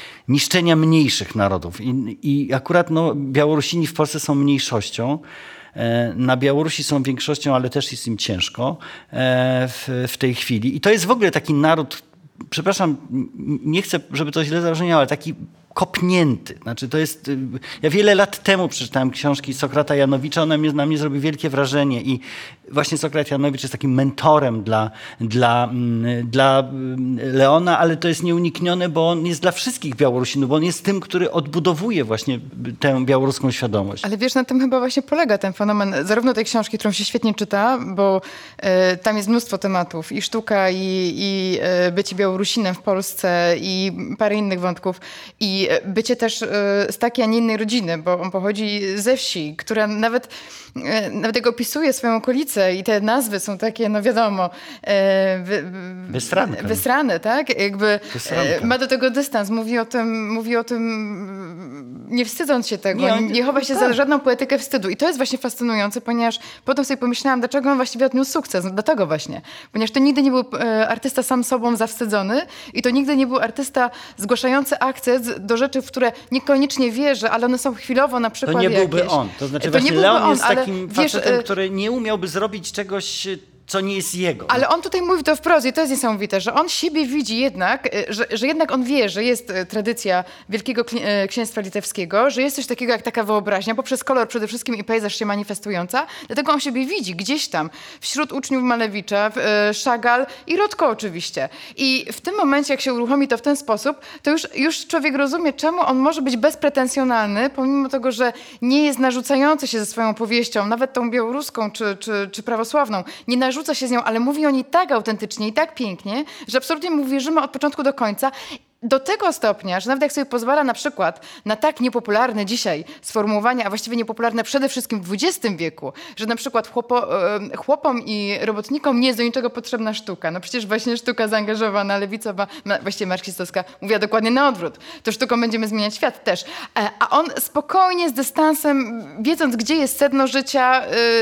niszczenia mniejszych narodów. I akurat Białorusini w Polsce są mniejszością. na Białorusi są większością, ale też jest im ciężko w tej chwili. I to jest w ogóle taki naród, przepraszam, nie chcę, żeby to źle zabrzmiało, ale taki kopnięty. Znaczy to jest, ja wiele lat temu przeczytałem książki Sokrata Janowicza, one na mnie zrobiły wielkie wrażenie i właśnie Sokrat Janowicz jest takim mentorem dla Leona, ale to jest nieuniknione, bo on jest dla wszystkich Białorusinów, bo on jest tym, który odbudowuje właśnie tę białoruską świadomość. Ale wiesz, na tym chyba właśnie polega ten fenomen zarówno tej książki, którą się świetnie czyta, bo tam jest mnóstwo tematów i sztuka, i bycie Białorusinem w Polsce i parę innych wątków i bycie też z takiej, a nie innej rodziny, bo on pochodzi ze wsi, która nawet jak opisuje swoją okolicę i te nazwy są takie, no wiadomo, wysrane, tak? Jakby ma do tego dystans, mówi o tym nie wstydząc się tego, nie chowa się za żadną poetykę wstydu. I to jest właśnie fascynujące, ponieważ potem sobie pomyślałam, dlaczego on właściwie odniósł sukces. Dlatego właśnie. Ponieważ to nigdy nie był artysta sam sobą zawstydzony i to nigdy nie był artysta zgłaszający akcent do rzeczy, w które niekoniecznie wierzy, ale one są chwilowo na przykład to nie jakieś. byłby on. To znaczy właśnie Leon jest takim facetem, który nie umiałby zrobić czegoś, co nie jest jego. Ale on tutaj mówi to wprost i to jest niesamowite, że on siebie widzi jednak, że jednak on wie, że jest tradycja Wielkiego Księstwa Litewskiego, że jest coś takiego jak taka wyobraźnia, poprzez kolor przede wszystkim i pejzaż się manifestująca, dlatego on siebie widzi gdzieś tam, wśród uczniów Malewicza, Chagall i Rothko oczywiście. I w tym momencie, jak się uruchomi to w ten sposób, to już człowiek rozumie, czemu on może być bezpretensjonalny, pomimo tego, że nie jest narzucający się ze swoją powieścią, nawet tą białoruską czy prawosławną, nie narzuca się z nią, ale mówi o niej tak autentycznie i tak pięknie, że absolutnie mu wierzymy od początku do końca. Do tego stopnia, że nawet jak sobie pozwala na przykład na tak niepopularne dzisiaj sformułowania, a właściwie niepopularne przede wszystkim w XX wieku, że na przykład chłopom i robotnikom nie jest do niczego potrzebna sztuka. No przecież właśnie sztuka zaangażowana, lewicowa, właściwie marksistowska, mówiła dokładnie na odwrót. To sztuką będziemy zmieniać świat też. A on spokojnie, z dystansem, wiedząc, gdzie jest sedno życia,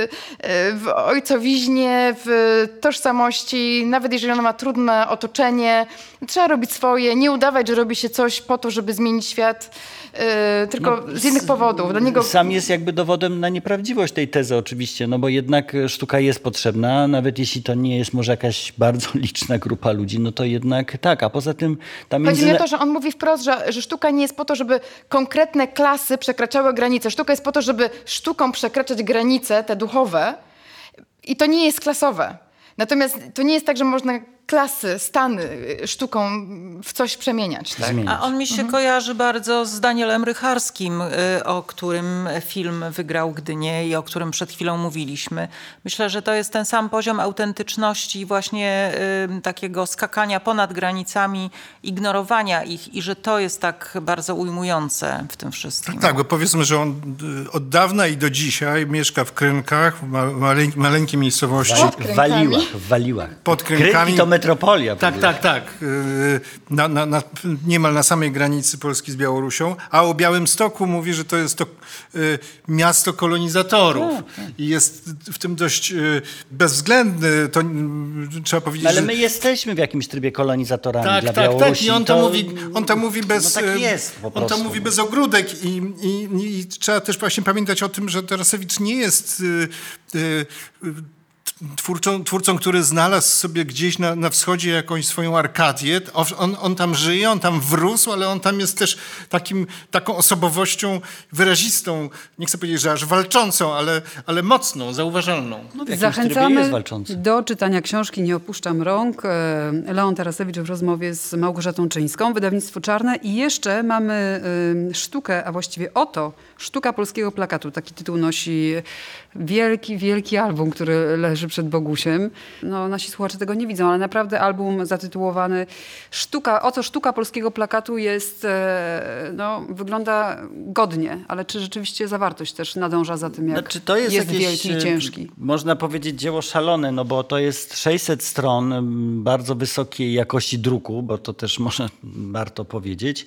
w ojcowiźnie, w tożsamości, nawet jeżeli ona ma trudne otoczenie, trzeba robić swoje, nie udawać, że robi się coś po to, żeby zmienić świat, tylko z innych powodów. Dla niego... Sam jest jakby dowodem na nieprawdziwość tej tezy oczywiście, no bo jednak sztuka jest potrzebna, nawet jeśli to nie jest może jakaś bardzo liczna grupa ludzi, no to jednak tak, a poza tym... Chodzi mi o to, że on mówi wprost, że sztuka nie jest po to, żeby konkretne klasy przekraczały granice. Sztuka jest po to, żeby sztuką przekraczać granice, te duchowe, i to nie jest klasowe. Natomiast to nie jest tak, że można klasy, stany sztuką w coś przemieniać. Tak? A on mi się kojarzy bardzo z Danielem Rycharskim, o którym film wygrał Gdynię i o którym przed chwilą mówiliśmy. Myślę, że to jest ten sam poziom autentyczności i właśnie takiego skakania ponad granicami, ignorowania ich i że to jest tak bardzo ujmujące w tym wszystkim. Tak, bo powiedzmy, że on od dawna i do dzisiaj mieszka w Krynkach, w maleńkiej miejscowości. W Waliłach. Pod Krynkami. Krynki to metropolia. Tak. Niemal na samej granicy Polski z Białorusią. A o Białymstoku mówi, że to jest to miasto kolonizatorów. I jest w tym dość bezwzględny. To trzeba powiedzieć, ale my jesteśmy w jakimś trybie kolonizatorami dla Białorusi. Tak. I on to mówi bez... No tak jest po prostu. On to mówi bez ogródek. I trzeba też właśnie pamiętać o tym, że Tarasewicz nie jest... twórcą, który znalazł sobie gdzieś na wschodzie jakąś swoją Arkadię. On tam żyje, on tam wrósł, ale on tam jest też taką osobowością wyrazistą, nie chcę powiedzieć, że aż walczącą, ale mocną, zauważalną. No, Zachęcamy do czytania książki Nie opuszczam rąk. Leon Tarasewicz w rozmowie z Małgorzatą Czyńską, wydawnictwo Czarne. I jeszcze mamy sztukę, a właściwie oto Sztuka polskiego plakatu. Taki tytuł nosi wielki album, który leży przed Bogusiem. No, nasi słuchacze tego nie widzą, ale naprawdę album zatytułowany Sztuka polskiego plakatu jest, wygląda godnie, ale czy rzeczywiście zawartość też nadąża za tym, jak to jest jakieś, wielki i ciężki? Można powiedzieć dzieło szalone, no bo to jest 600 stron bardzo wysokiej jakości druku, bo to też może warto powiedzieć.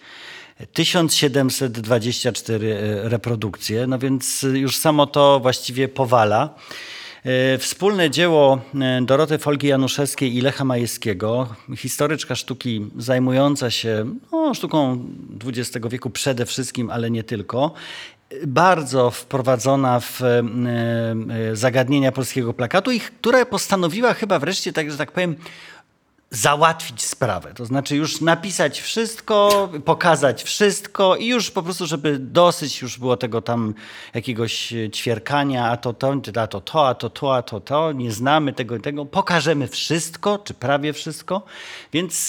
1724 reprodukcje, no więc już samo to właściwie powala. Wspólne dzieło Doroty Folgi-Januszewskiej i Lecha Majewskiego, historyczka sztuki zajmująca się sztuką XX wieku przede wszystkim, ale nie tylko. bardzo wprowadzona w zagadnienia polskiego plakatu i która postanowiła chyba wreszcie, tak, że tak powiem, załatwić sprawę. To znaczy już napisać wszystko, pokazać wszystko i już po prostu, żeby dosyć już było tego tam jakiegoś ćwierkania, a to, nie znamy tego i tego. Pokażemy wszystko, czy prawie wszystko. Więc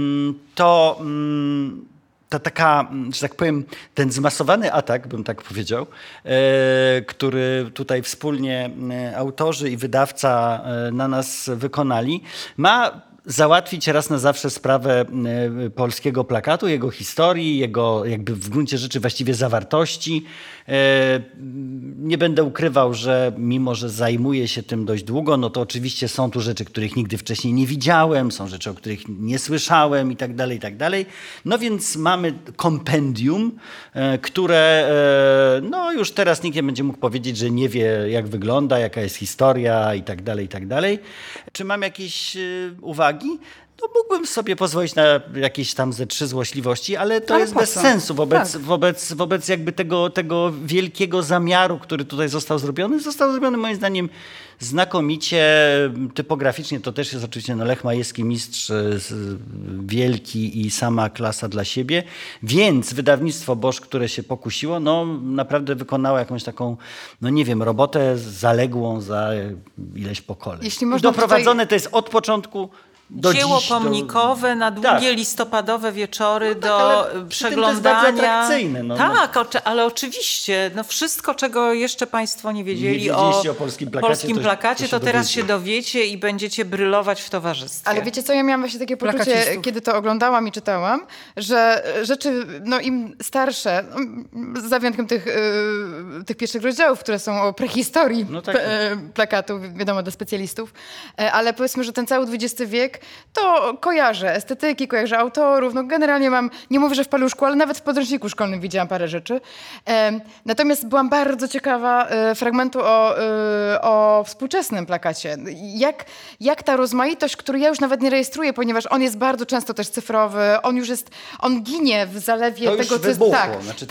ta taka, że tak powiem, ten zmasowany atak, bym tak powiedział, który tutaj wspólnie autorzy i wydawca na nas wykonali, ma załatwić raz na zawsze sprawę polskiego plakatu, jego historii, jego jakby w gruncie rzeczy właściwie zawartości. Nie będę ukrywał, że mimo, że zajmuję się tym dość długo, no to oczywiście są tu rzeczy, których nigdy wcześniej nie widziałem, są rzeczy, o których nie słyszałem i tak dalej, i tak dalej. No więc mamy kompendium, które no już teraz nikt nie będzie mógł powiedzieć, że nie wie, jak wygląda, jaka jest historia i tak dalej, i tak dalej. Czy mam jakieś uwagi? No mógłbym sobie pozwolić na jakieś tam ze 3 złośliwości, ale to jest bez sensu wobec jakby tego wielkiego zamiaru, który tutaj został zrobiony. Został zrobiony moim zdaniem znakomicie, typograficznie to też jest oczywiście Lech Majewski, mistrz wielki i sama klasa dla siebie, więc wydawnictwo Bosch, które się pokusiło, no naprawdę wykonało jakąś taką, no nie wiem, robotę zaległą za ileś pokoleń. Jeśli można doprowadzone to jest od początku do dzieło dziś, pomnikowe na długie listopadowe wieczory do przeglądania. To jest bardzo atrakcyjne. Tak, ale oczywiście wszystko, czego jeszcze Państwo nie wiedzieli o polskim plakacie, to teraz się dowiecie i będziecie brylować w towarzystwie. Ale wiecie co, ja miałam właśnie takie poczucie, kiedy to oglądałam i czytałam, że rzeczy im starsze, za wyjątkiem tych pierwszych rozdziałów, które są o prehistorii plakatu, wiadomo, dla specjalistów, ale powiedzmy, że ten cały XX wiek to kojarzę estetyki, kojarzę autorów, generalnie nie mówię, że w paluszku, ale nawet w podręczniku szkolnym widziałam parę rzeczy. Natomiast byłam bardzo ciekawa fragmentu o współczesnym plakacie. Jak ta rozmaitość, którą ja już nawet nie rejestruję, ponieważ on jest bardzo często też cyfrowy, on ginie w zalewie to tego, co jest... Tak.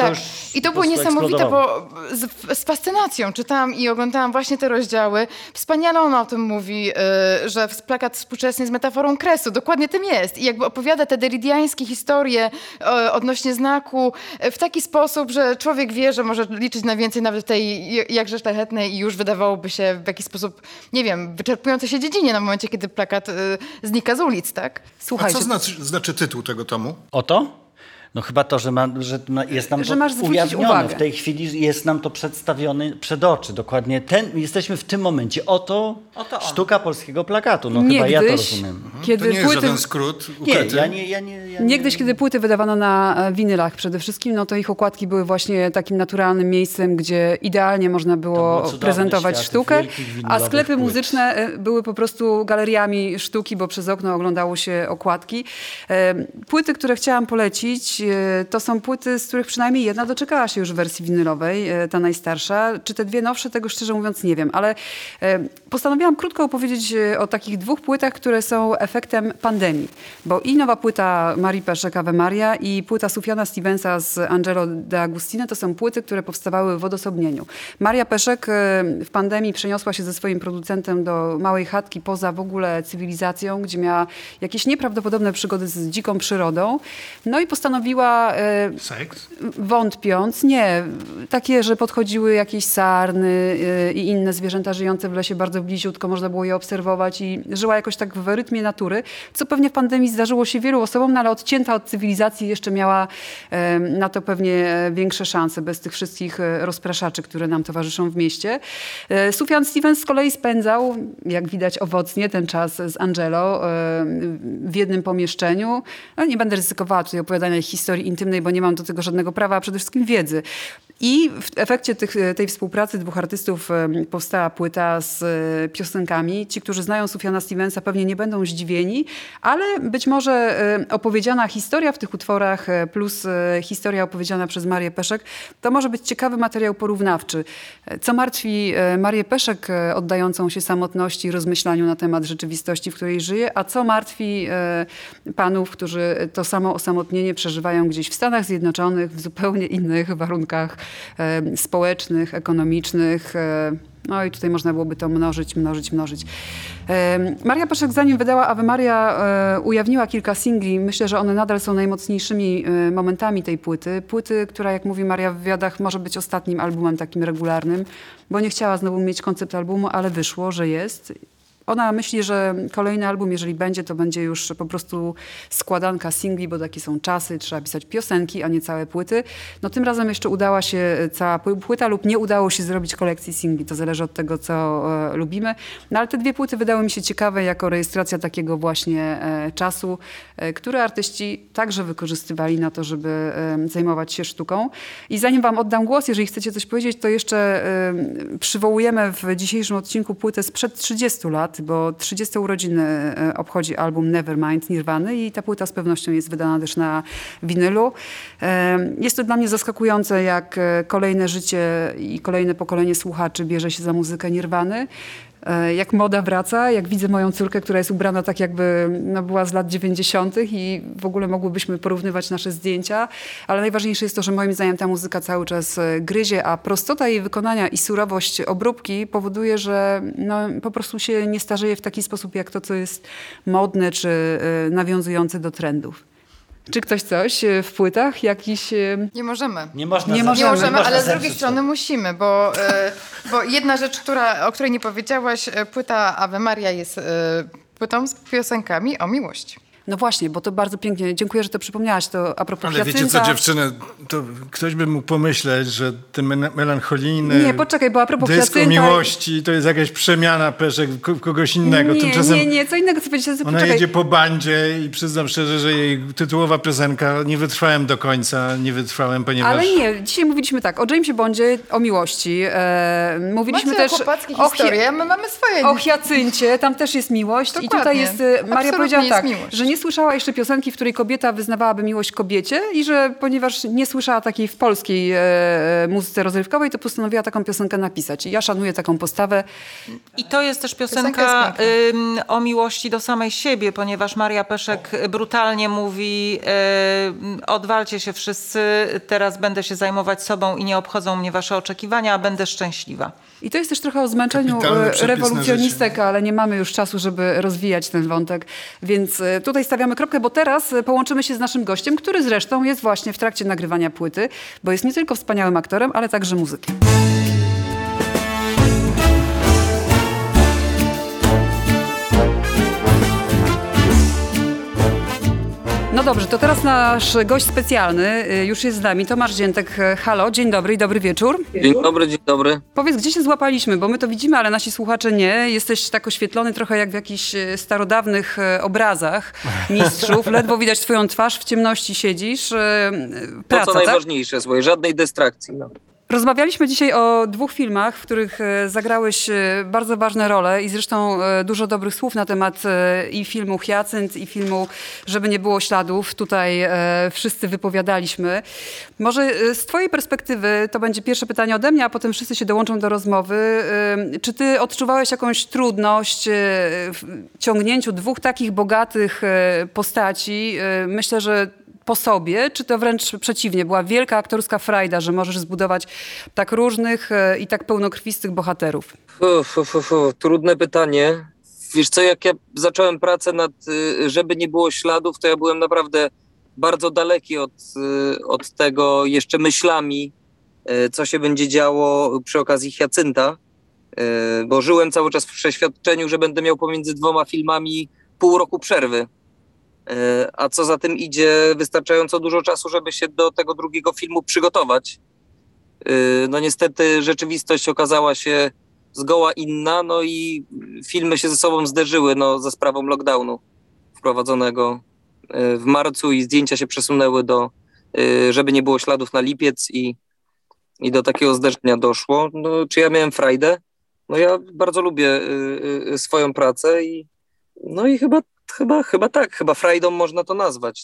I to było niesamowite, bo z fascynacją czytałam i oglądałam właśnie te rozdziały. Wspaniale on o tym mówi, że plakat współczesny jest metaforą kresu. Dokładnie tym jest. I jakby opowiada te deridiańskie historie odnośnie znaku w taki sposób, że człowiek wie, że może liczyć na więcej nawet tej jakże szlachetnej i już wydawałoby się w jakiś sposób, nie wiem, wyczerpującej się dziedzinie na momencie, kiedy plakat znika z ulic, tak? Słuchajcie. A co znaczy tytuł tego tomu? Oto? No chyba to, że jest nam to ujawnione. W tej chwili jest nam to przedstawione przed oczy. Dokładnie jesteśmy w tym momencie. Oto sztuka polskiego plakatu. Chyba ja to rozumiem. Kiedy to nie jest żaden skrót ukryty. Niegdyś, kiedy płyty wydawano na winylach przede wszystkim, to ich okładki były właśnie takim naturalnym miejscem, gdzie idealnie można było prezentować sztukę, a sklepy muzyczne były po prostu galeriami sztuki, bo przez okno oglądało się okładki. Płyty, które chciałam polecić, to są płyty, z których przynajmniej jedna doczekała się już w wersji winylowej, ta najstarsza. Czy te 2 nowsze, tego szczerze mówiąc nie wiem, ale postanowiłam krótko opowiedzieć o takich 2 płytach, które są efektem pandemii. Bo i nowa płyta Marii Peszek, Ave Maria, i płyta Sufjana Stevensa z Angelo De Agostino to są płyty, które powstawały w odosobnieniu. Maria Peszek w pandemii przeniosła się ze swoim producentem do małej chatki poza w ogóle cywilizacją, gdzie miała jakieś nieprawdopodobne przygody z dziką przyrodą. No i postanowiła seks? Wątpiąc, nie. Takie, że podchodziły jakieś sarny i inne zwierzęta żyjące w lesie bardzo bliziutko, można było je obserwować i żyła jakoś tak w rytmie natury, co pewnie w pandemii zdarzyło się wielu osobom, ale odcięta od cywilizacji jeszcze miała na to pewnie większe szanse, bez tych wszystkich rozpraszaczy, które nam towarzyszą w mieście. Sufjan Stevens z kolei spędzał, jak widać owocnie, ten czas z Angelo w jednym pomieszczeniu. Nie będę ryzykowała tutaj opowiadania historii intymnej, bo nie mam do tego żadnego prawa, a przede wszystkim wiedzy. I w efekcie tej współpracy 2 artystów powstała płyta z piosenkami. Ci, którzy znają Sufjana Stevensa, pewnie nie będą zdziwieni, ale być może opowiedziana historia w tych utworach plus historia opowiedziana przez Marię Peszek, to może być ciekawy materiał porównawczy. Co martwi Marię Peszek, oddającą się samotności i rozmyślaniu na temat rzeczywistości, w której żyje, a co martwi panów, którzy to samo osamotnienie przeżywają gdzieś w Stanach Zjednoczonych, w zupełnie innych warunkach społecznych, ekonomicznych. No i tutaj można byłoby to mnożyć. Maria Peszek, zanim wydała Ave Maria, ujawniła kilka singli. Myślę, że one nadal są najmocniejszymi momentami tej płyty. Płyty, która, jak mówi Maria w wywiadach, może być ostatnim albumem takim regularnym, bo nie chciała znowu mieć koncept albumu, ale wyszło, że jest. Ona myśli, że kolejny album, jeżeli będzie, to będzie już po prostu składanka singli, bo takie są czasy, trzeba pisać piosenki, a nie całe płyty. No tym razem jeszcze udała się cała płyta lub nie udało się zrobić kolekcji singli. To zależy od tego, co lubimy. No ale te dwie płyty wydały mi się ciekawe jako rejestracja takiego właśnie czasu, który artyści także wykorzystywali na to, żeby zajmować się sztuką. I zanim wam oddam głos, jeżeli chcecie coś powiedzieć, to jeszcze przywołujemy w dzisiejszym odcinku płytę sprzed 30 lat, bo 30 urodziny obchodzi album Nevermind Nirwany i ta płyta z pewnością jest wydana też na winylu. Jest to dla mnie zaskakujące, jak kolejne życie i kolejne pokolenie słuchaczy bierze się za muzykę Nirwany. Jak moda wraca, jak widzę moją córkę, która jest ubrana tak jakby była z lat 90. i w ogóle mogłybyśmy porównywać nasze zdjęcia, ale najważniejsze jest to, że moim zdaniem ta muzyka cały czas gryzie, a prostota jej wykonania i surowość obróbki powoduje, że po prostu się nie starzeje w taki sposób jak to, co jest modne czy nawiązujące do trendów. Czy ktoś coś w płytach jakiś... Nie możemy. Nie można, ale z drugiej strony musimy, bo jedna rzecz, o której nie powiedziałaś, płyta Ave Maria jest płytą z piosenkami o miłości. No właśnie, bo to bardzo pięknie. Dziękuję, że to przypomniałaś. To a propos Ale Hiacynta. wiecie co, dziewczyny, to ktoś by mógł pomyśleć, że ten melancholijny Nie, poczekaj, bo a propos dysk o Hiacynta... miłości to jest jakaś przemiana Peszek kogoś innego. Tymczasem Nie, co innego chcę powiedzieć. ona jedzie po bandzie i przyznam szczerze, że jej tytułowa piosenka nie wytrwałem do końca, ponieważ... Ale nie, dzisiaj mówiliśmy tak, o Jamesie Bondzie, o miłości. Mówiliśmy Macie też chłopackie historie, my mamy swoje. O Hiacyncie, tam też jest miłość. Dokładnie. I tutaj jest, Maria Absolutnie powiedziała jest tak, miłość. że nie słyszała jeszcze piosenki, w której kobieta wyznawałaby miłość kobiecie i że ponieważ nie słyszała takiej w polskiej muzyce rozrywkowej, to postanowiła taką piosenkę napisać. I ja szanuję taką postawę. I to jest też piosenka o miłości do samej siebie, ponieważ Maria Peszek brutalnie mówi odwalcie się wszyscy, teraz będę się zajmować sobą i nie obchodzą mnie wasze oczekiwania, a będę szczęśliwa. I to jest też trochę o zmęczeniu rewolucjonistek, ale nie mamy już czasu, żeby rozwijać ten wątek. Więc tutaj stawiamy kropkę, bo teraz połączymy się z naszym gościem, który zresztą jest właśnie w trakcie nagrywania płyty, bo jest nie tylko wspaniałym aktorem, ale także muzykiem. No dobrze, to teraz nasz gość specjalny już jest z nami, Tomasz Ziętek. Halo, dzień dobry i dobry wieczór. Dzień dobry. Powiedz, gdzie się złapaliśmy, bo my to widzimy, ale nasi słuchacze nie. Jesteś tak oświetlony trochę jak w jakichś starodawnych obrazach mistrzów. Ledwo widać twoją twarz, w ciemności siedzisz. Praca, to co najważniejsze, słuchaj, żadnej dystrakcji. No. Rozmawialiśmy dzisiaj o dwóch filmach, w których zagrałeś bardzo ważne role i zresztą dużo dobrych słów na temat i filmu Hiacynt, i filmu Żeby nie było śladów. Tutaj wszyscy wypowiadaliśmy. Może z twojej perspektywy, to będzie pierwsze pytanie ode mnie, a potem wszyscy się dołączą do rozmowy. Czy ty odczuwałeś jakąś trudność w ciągnięciu dwóch takich bogatych postaci? Myślę, że po sobie, czy to wręcz przeciwnie? Była wielka aktorska frajda, że możesz zbudować tak różnych i tak pełnokrwistych bohaterów. Trudne pytanie. Wiesz co, jak ja zacząłem pracę nad Żeby nie było śladów, to ja byłem naprawdę bardzo daleki od tego jeszcze myślami, co się będzie działo przy okazji Hiacynta, bo żyłem cały czas w przeświadczeniu, że będę miał pomiędzy dwoma filmami pół roku przerwy. A co za tym idzie, wystarczająco dużo czasu, żeby się do tego drugiego filmu przygotować. No niestety rzeczywistość okazała się zgoła inna, no i filmy się ze sobą zderzyły za sprawą lockdownu wprowadzonego w marcu i zdjęcia się przesunęły żeby nie było śladów na lipiec i do takiego zderzenia doszło. No, czy ja miałem frajdę? No ja bardzo lubię swoją pracę i chyba frajdą można to nazwać,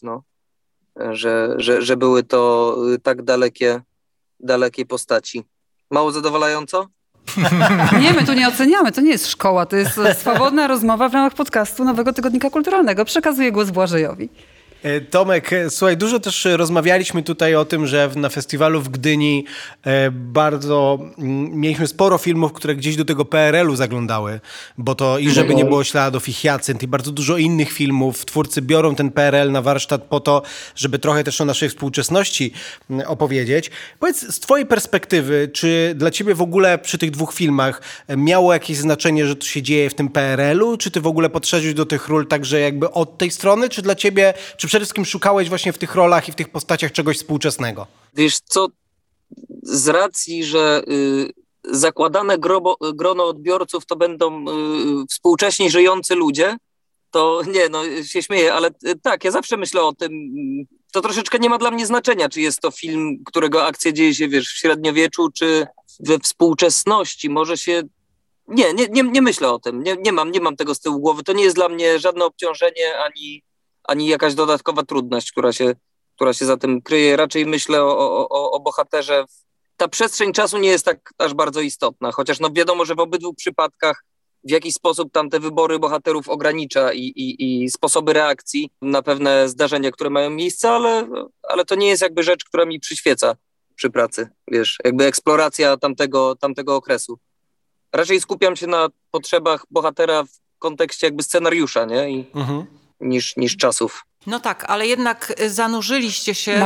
że były to tak dalekie postaci. Mało zadowalająco? Nie, my tu nie oceniamy, to nie jest szkoła, to jest swobodna rozmowa w ramach podcastu Nowego Tygodnika Kulturalnego. Przekazuję głos Błażejowi. Tomek, słuchaj, dużo też rozmawialiśmy tutaj o tym, że na festiwalu w Gdyni bardzo mieliśmy sporo filmów, które gdzieś do tego PRL-u zaglądały, bo to i żeby nie było śladów, i Hyacynt, i bardzo dużo innych filmów. Twórcy biorą ten PRL na warsztat po to, żeby trochę też o naszej współczesności opowiedzieć. Powiedz, z twojej perspektywy, czy dla ciebie w ogóle przy tych dwóch filmach miało jakieś znaczenie, że to się dzieje w tym PRL-u? Czy ty w ogóle podszedłeś do tych ról także jakby od tej strony, czy dla ciebie, czy przede wszystkim szukałeś właśnie w tych rolach i w tych postaciach czegoś współczesnego? Wiesz co, z racji, że zakładane grono odbiorców to będą współcześnie żyjący ludzie, to nie, no się śmieję, ale tak, ja zawsze myślę o tym, to troszeczkę nie ma dla mnie znaczenia, czy jest to film, którego akcja dzieje się, wiesz, w średniowieczu, czy we współczesności, może się... Nie myślę o tym, nie mam tego z tyłu głowy, to nie jest dla mnie żadne obciążenie, ani jakaś dodatkowa trudność, która się za tym kryje. Raczej myślę o bohaterze. Ta przestrzeń czasu nie jest tak aż bardzo istotna, chociaż no wiadomo, że w obydwu przypadkach w jakiś sposób tam te wybory bohaterów ogranicza i sposoby reakcji na pewne zdarzenia, które mają miejsce, ale to nie jest jakby rzecz, która mi przyświeca przy pracy, wiesz, jakby eksploracja tamtego okresu. Raczej skupiam się na potrzebach bohatera w kontekście jakby scenariusza, nie? Niż czasów. No tak, ale jednak zanurzyliście się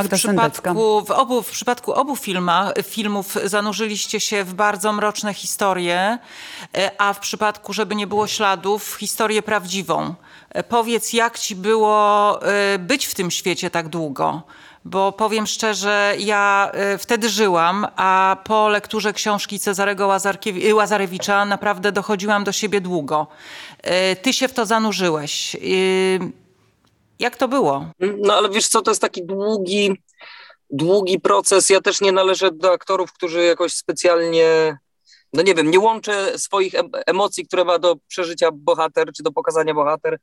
w przypadku obu filmów zanurzyliście się w bardzo mroczne historie, a w przypadku, żeby nie było śladów, historię prawdziwą. Powiedz, jak ci było być w tym świecie tak długo? Bo powiem szczerze, ja wtedy żyłam, a po lekturze książki Cezarego Łazarewicza naprawdę dochodziłam do siebie długo. Ty się w to zanurzyłeś. Jak to było? No ale wiesz co, to jest taki długi proces. Ja też nie należę do aktorów, którzy jakoś specjalnie, no nie wiem, nie łączę swoich emocji, które ma do przeżycia bohater, czy do pokazania bohater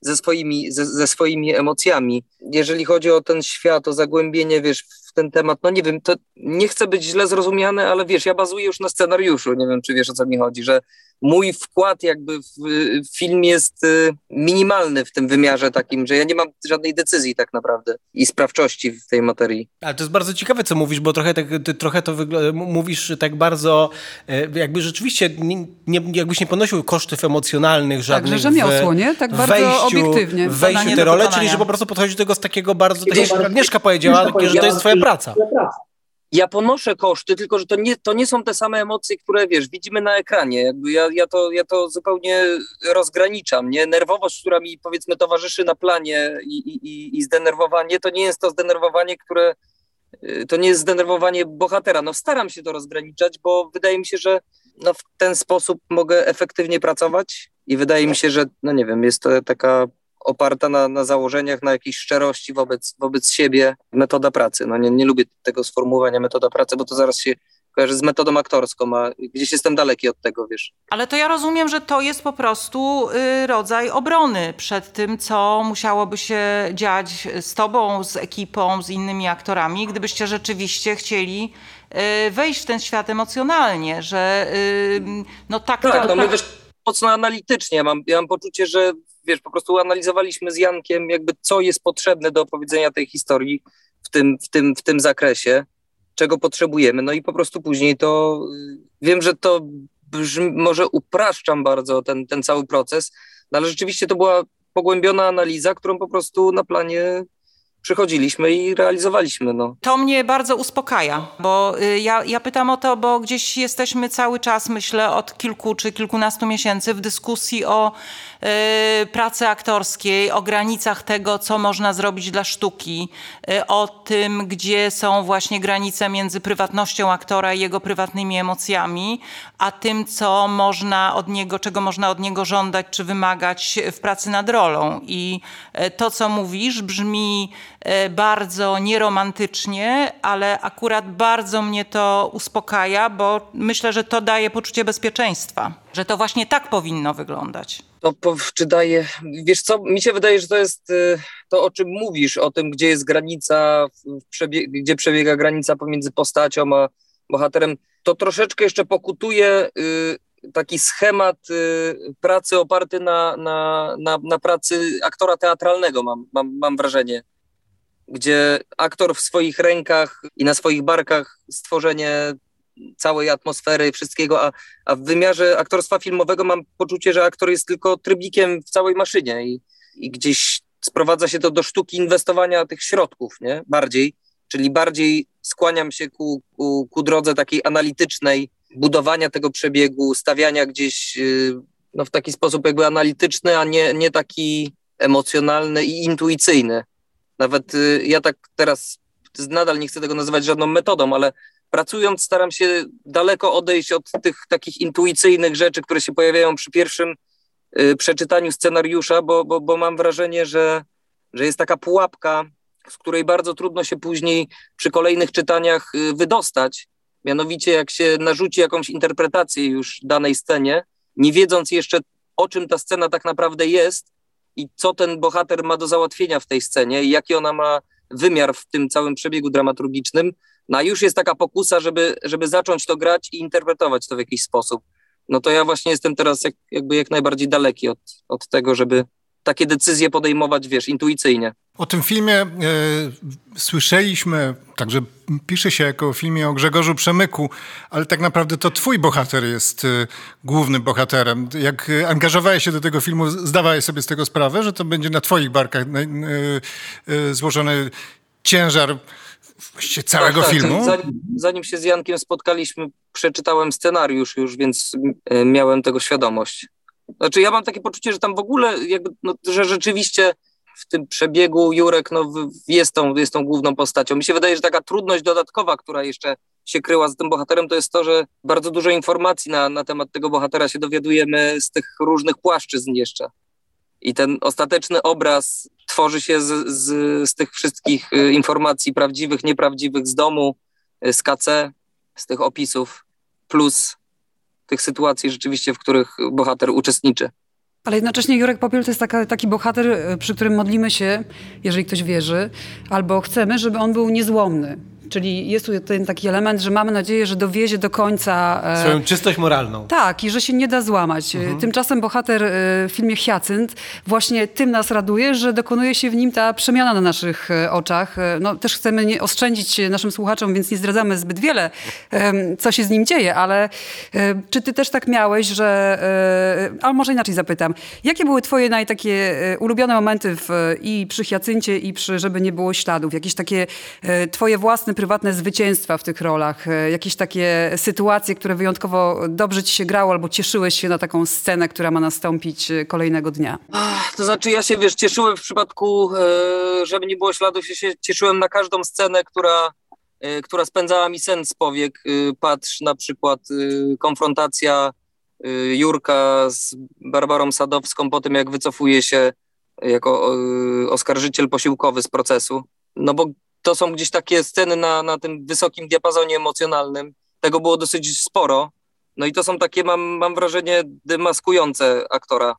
ze swoimi emocjami. Jeżeli chodzi o ten świat, o zagłębienie, wiesz, w ten temat, no nie wiem, to nie chcę być źle zrozumiany, ale wiesz, ja bazuję już na scenariuszu, nie wiem, czy wiesz, o co mi chodzi, że mój wkład jakby w film jest minimalny w tym wymiarze takim, że ja nie mam żadnej decyzji tak naprawdę i sprawczości w tej materii. Ale to jest bardzo ciekawe, co mówisz, bo trochę to mówisz tak bardzo, jakby rzeczywiście jakbyś nie ponosił kosztów emocjonalnych żadnych. Tak, że rzemiosło, nie? Tak bardzo obiektywnie. W wejściu te role, czyli że po prostu podchodzi do tego z takiego bardzo, tak jak Agnieszka powiedziała, że to jest twoja praca. Ja ponoszę koszty, tylko że to nie są te same emocje, które, wiesz, widzimy na ekranie. Jakby ja to zupełnie rozgraniczam, nie? Nerwowość, która mi, powiedzmy, towarzyszy na planie i zdenerwowanie, to nie jest to zdenerwowanie, to nie jest zdenerwowanie bohatera. No staram się to rozgraniczać, bo wydaje mi się, że no, w ten sposób mogę efektywnie pracować i wydaje mi się, że, no nie wiem, jest to taka oparta na założeniach, na jakiejś szczerości wobec siebie metoda pracy. No nie lubię tego sformułowania metoda pracy, bo to zaraz się kojarzy z metodą aktorską, a gdzieś jestem daleki od tego, wiesz. Ale to ja rozumiem, że to jest po prostu rodzaj obrony przed tym, co musiałoby się dziać z tobą, z ekipą, z innymi aktorami, gdybyście rzeczywiście chcieli wejść w ten świat emocjonalnie, że no tak. Tak, no my też mocno analitycznie. Ja mam poczucie, że wiesz, po prostu analizowaliśmy z Jankiem jakby co jest potrzebne do opowiedzenia tej historii w tym zakresie, czego potrzebujemy. No i po prostu później to wiem, że to brzmi, może upraszczam bardzo ten cały proces, no ale rzeczywiście to była pogłębiona analiza, którą po prostu na planie przychodziliśmy i realizowaliśmy. No. To mnie bardzo uspokaja, bo ja pytam o to, bo gdzieś jesteśmy cały czas, myślę, od kilku czy kilkunastu miesięcy w dyskusji o pracy aktorskiej, o granicach tego, co można zrobić dla sztuki, o tym, gdzie są właśnie granice między prywatnością aktora i jego prywatnymi emocjami, a tym, co można od niego, czego można od niego żądać czy wymagać w pracy nad rolą. I to, co mówisz, brzmi bardzo nieromantycznie, ale akurat bardzo mnie to uspokaja, bo myślę, że to daje poczucie bezpieczeństwa, że to właśnie tak powinno wyglądać. Czy daje, wiesz co, mi się wydaje, że to jest to, o czym mówisz, o tym, gdzie jest granica, gdzie przebiega granica pomiędzy postacią a bohaterem, to troszeczkę jeszcze pokutuje taki schemat pracy oparty na pracy aktora teatralnego, mam wrażenie. gdzie aktor w swoich rękach i na swoich barkach stworzenie całej atmosfery, wszystkiego, a w wymiarze aktorstwa filmowego mam poczucie, że aktor jest tylko trybikiem w całej maszynie i gdzieś sprowadza się to do sztuki inwestowania tych środków, nie? Czyli bardziej skłaniam się ku drodze takiej analitycznej, budowania tego przebiegu, stawiania gdzieś w taki sposób jakby analityczny, a nie taki emocjonalny i intuicyjny. Nawet ja tak teraz nadal nie chcę tego nazywać żadną metodą, ale pracując staram się daleko odejść od tych takich intuicyjnych rzeczy, które się pojawiają przy pierwszym przeczytaniu scenariusza, bo mam wrażenie, że jest taka pułapka, z której bardzo trudno się później przy kolejnych czytaniach wydostać. Mianowicie jak się narzuci jakąś interpretację już danej scenie, nie wiedząc jeszcze, o czym ta scena tak naprawdę jest i co ten bohater ma do załatwienia w tej scenie i jaki ona ma wymiar w tym całym przebiegu dramaturgicznym, no a już jest taka pokusa, żeby zacząć to grać i interpretować to w jakiś sposób. No to ja właśnie jestem teraz jak najbardziej daleki od tego, żeby takie decyzje podejmować, intuicyjnie. O tym filmie słyszeliśmy, także pisze się jako o filmie o Grzegorzu Przemyku, ale tak naprawdę to twój bohater jest głównym bohaterem. Jak angażowałeś się do tego filmu, zdawałeś sobie z tego sprawę, że to będzie na twoich barkach złożony ciężar właściwie całego filmu? Zanim się z Jankiem spotkaliśmy, przeczytałem scenariusz już, więc miałem tego świadomość. Znaczy ja mam takie poczucie, że tam w ogóle że rzeczywiście w tym przebiegu Jurek jest tą główną postacią. Mi się wydaje, że taka trudność dodatkowa, która jeszcze się kryła z tym bohaterem, to jest to, że bardzo dużo informacji na temat tego bohatera się dowiadujemy z tych różnych płaszczyzn jeszcze. I ten ostateczny obraz tworzy się z tych wszystkich informacji prawdziwych, nieprawdziwych z domu, z KC, z tych opisów, plus tych sytuacji rzeczywiście, w których bohater uczestniczy. Ale jednocześnie Jurek Popiel to jest taki bohater, przy którym modlimy się, jeżeli ktoś wierzy, albo chcemy, żeby on był niezłomny. Czyli jest tu ten taki element, że mamy nadzieję, że dowiezie do końca... swoją czystość moralną. Tak, i że się nie da złamać. Tymczasem bohater w filmie Hyacynt właśnie tym nas raduje, że dokonuje się w nim ta przemiana na naszych oczach. No, też chcemy nie oszczędzić naszym słuchaczom, więc nie zdradzamy zbyt wiele, co się z nim dzieje, ale czy ty też tak miałeś, że... Ale może inaczej zapytam. Jakie były twoje takie ulubione momenty i przy Hyacyncie, i przy Żeby nie było śladów? Jakieś takie twoje własne prywatne zwycięstwa w tych rolach, jakieś takie sytuacje, które wyjątkowo dobrze ci się grało albo cieszyłeś się na taką scenę, która ma nastąpić kolejnego dnia? To znaczy ja się, cieszyłem w przypadku, Żeby nie było śladów, się cieszyłem na każdą scenę, która spędzała mi sen z powiek. Patrz na przykład konfrontacja Jurka z Barbarą Sadowską po tym, jak wycofuje się jako oskarżyciel posiłkowy z procesu. No bo to są gdzieś takie sceny na tym wysokim diapazonie emocjonalnym. Tego było dosyć sporo. No i to są takie, mam wrażenie, demaskujące aktora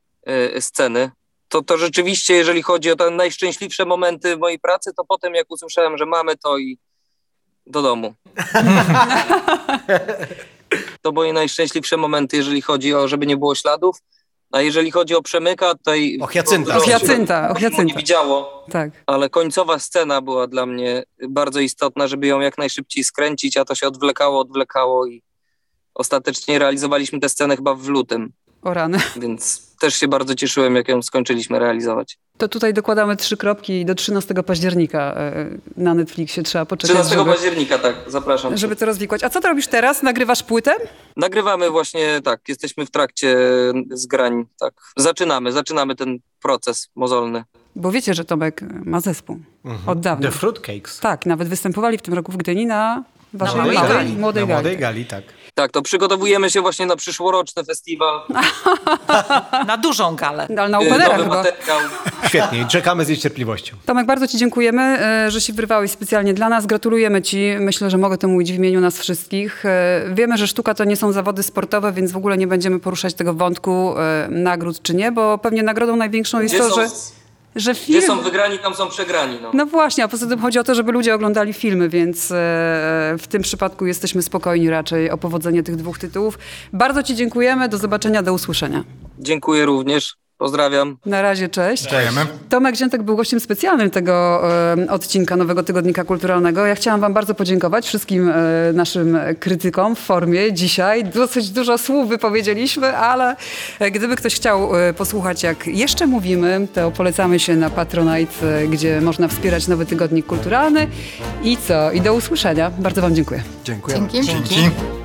sceny. To rzeczywiście, jeżeli chodzi o te najszczęśliwsze momenty mojej pracy, to potem jak usłyszałem, że mamy to i do domu. To moje najszczęśliwsze momenty, jeżeli chodzi o Żeby nie było śladów. A jeżeli chodzi o Przemyka, tutaj... O Hyacynta. O Hyacynta. Nie widziało, tak. Ale końcowa scena była dla mnie bardzo istotna, żeby ją jak najszybciej skręcić, a to się odwlekało i ostatecznie realizowaliśmy tę scenę chyba w lutym. O rany. Więc też się bardzo cieszyłem, jak ją skończyliśmy realizować. To tutaj dokładamy 3 kropki i do 13 października na Netflixie trzeba poczekać. 13 października, tak, zapraszam. Żeby to rozwikłać. A co ty robisz teraz? Nagrywasz płytę? Nagrywamy właśnie, tak, jesteśmy w trakcie zgrań, tak. Zaczynamy ten proces mozolny. Bo wiecie, że Tomek ma zespół od dawna. The Fruitcakes. Tak, nawet występowali w tym roku w Gdyni na waszej młodej gali. Tak. Tak, to przygotowujemy się właśnie na przyszłoroczny festiwal. Na dużą galę. Ale na openera chyba. Materiał. Świetnie, czekamy z niecierpliwością. Tomek, bardzo ci dziękujemy, że się wyrwałeś specjalnie dla nas. Gratulujemy ci. Myślę, że mogę to mówić w imieniu nas wszystkich. Wiemy, że sztuka to nie są zawody sportowe, więc w ogóle nie będziemy poruszać tego wątku nagród czy nie, bo pewnie nagrodą największą jest to, że film... Gdzie są wygrani, tam są przegrani. No właśnie, a poza tym chodzi o to, żeby ludzie oglądali filmy, więc w tym przypadku jesteśmy spokojni raczej o powodzenie tych 2 tytułów. Bardzo ci dziękujemy, do zobaczenia, do usłyszenia. Dziękuję również. Pozdrawiam. Na razie, cześć. Dziękujemy. Tomek Ziętek był gościem specjalnym tego odcinka Nowego Tygodnika Kulturalnego. Ja chciałam wam bardzo podziękować, wszystkim naszym krytykom w formie dzisiaj. Dosyć dużo słów wypowiedzieliśmy, ale gdyby ktoś chciał posłuchać, jak jeszcze mówimy, to polecamy się na Patronite, gdzie można wspierać Nowy Tygodnik Kulturalny. I co? I do usłyszenia. Bardzo wam dziękuję. Dziękuję. Dzięki. Dzięki.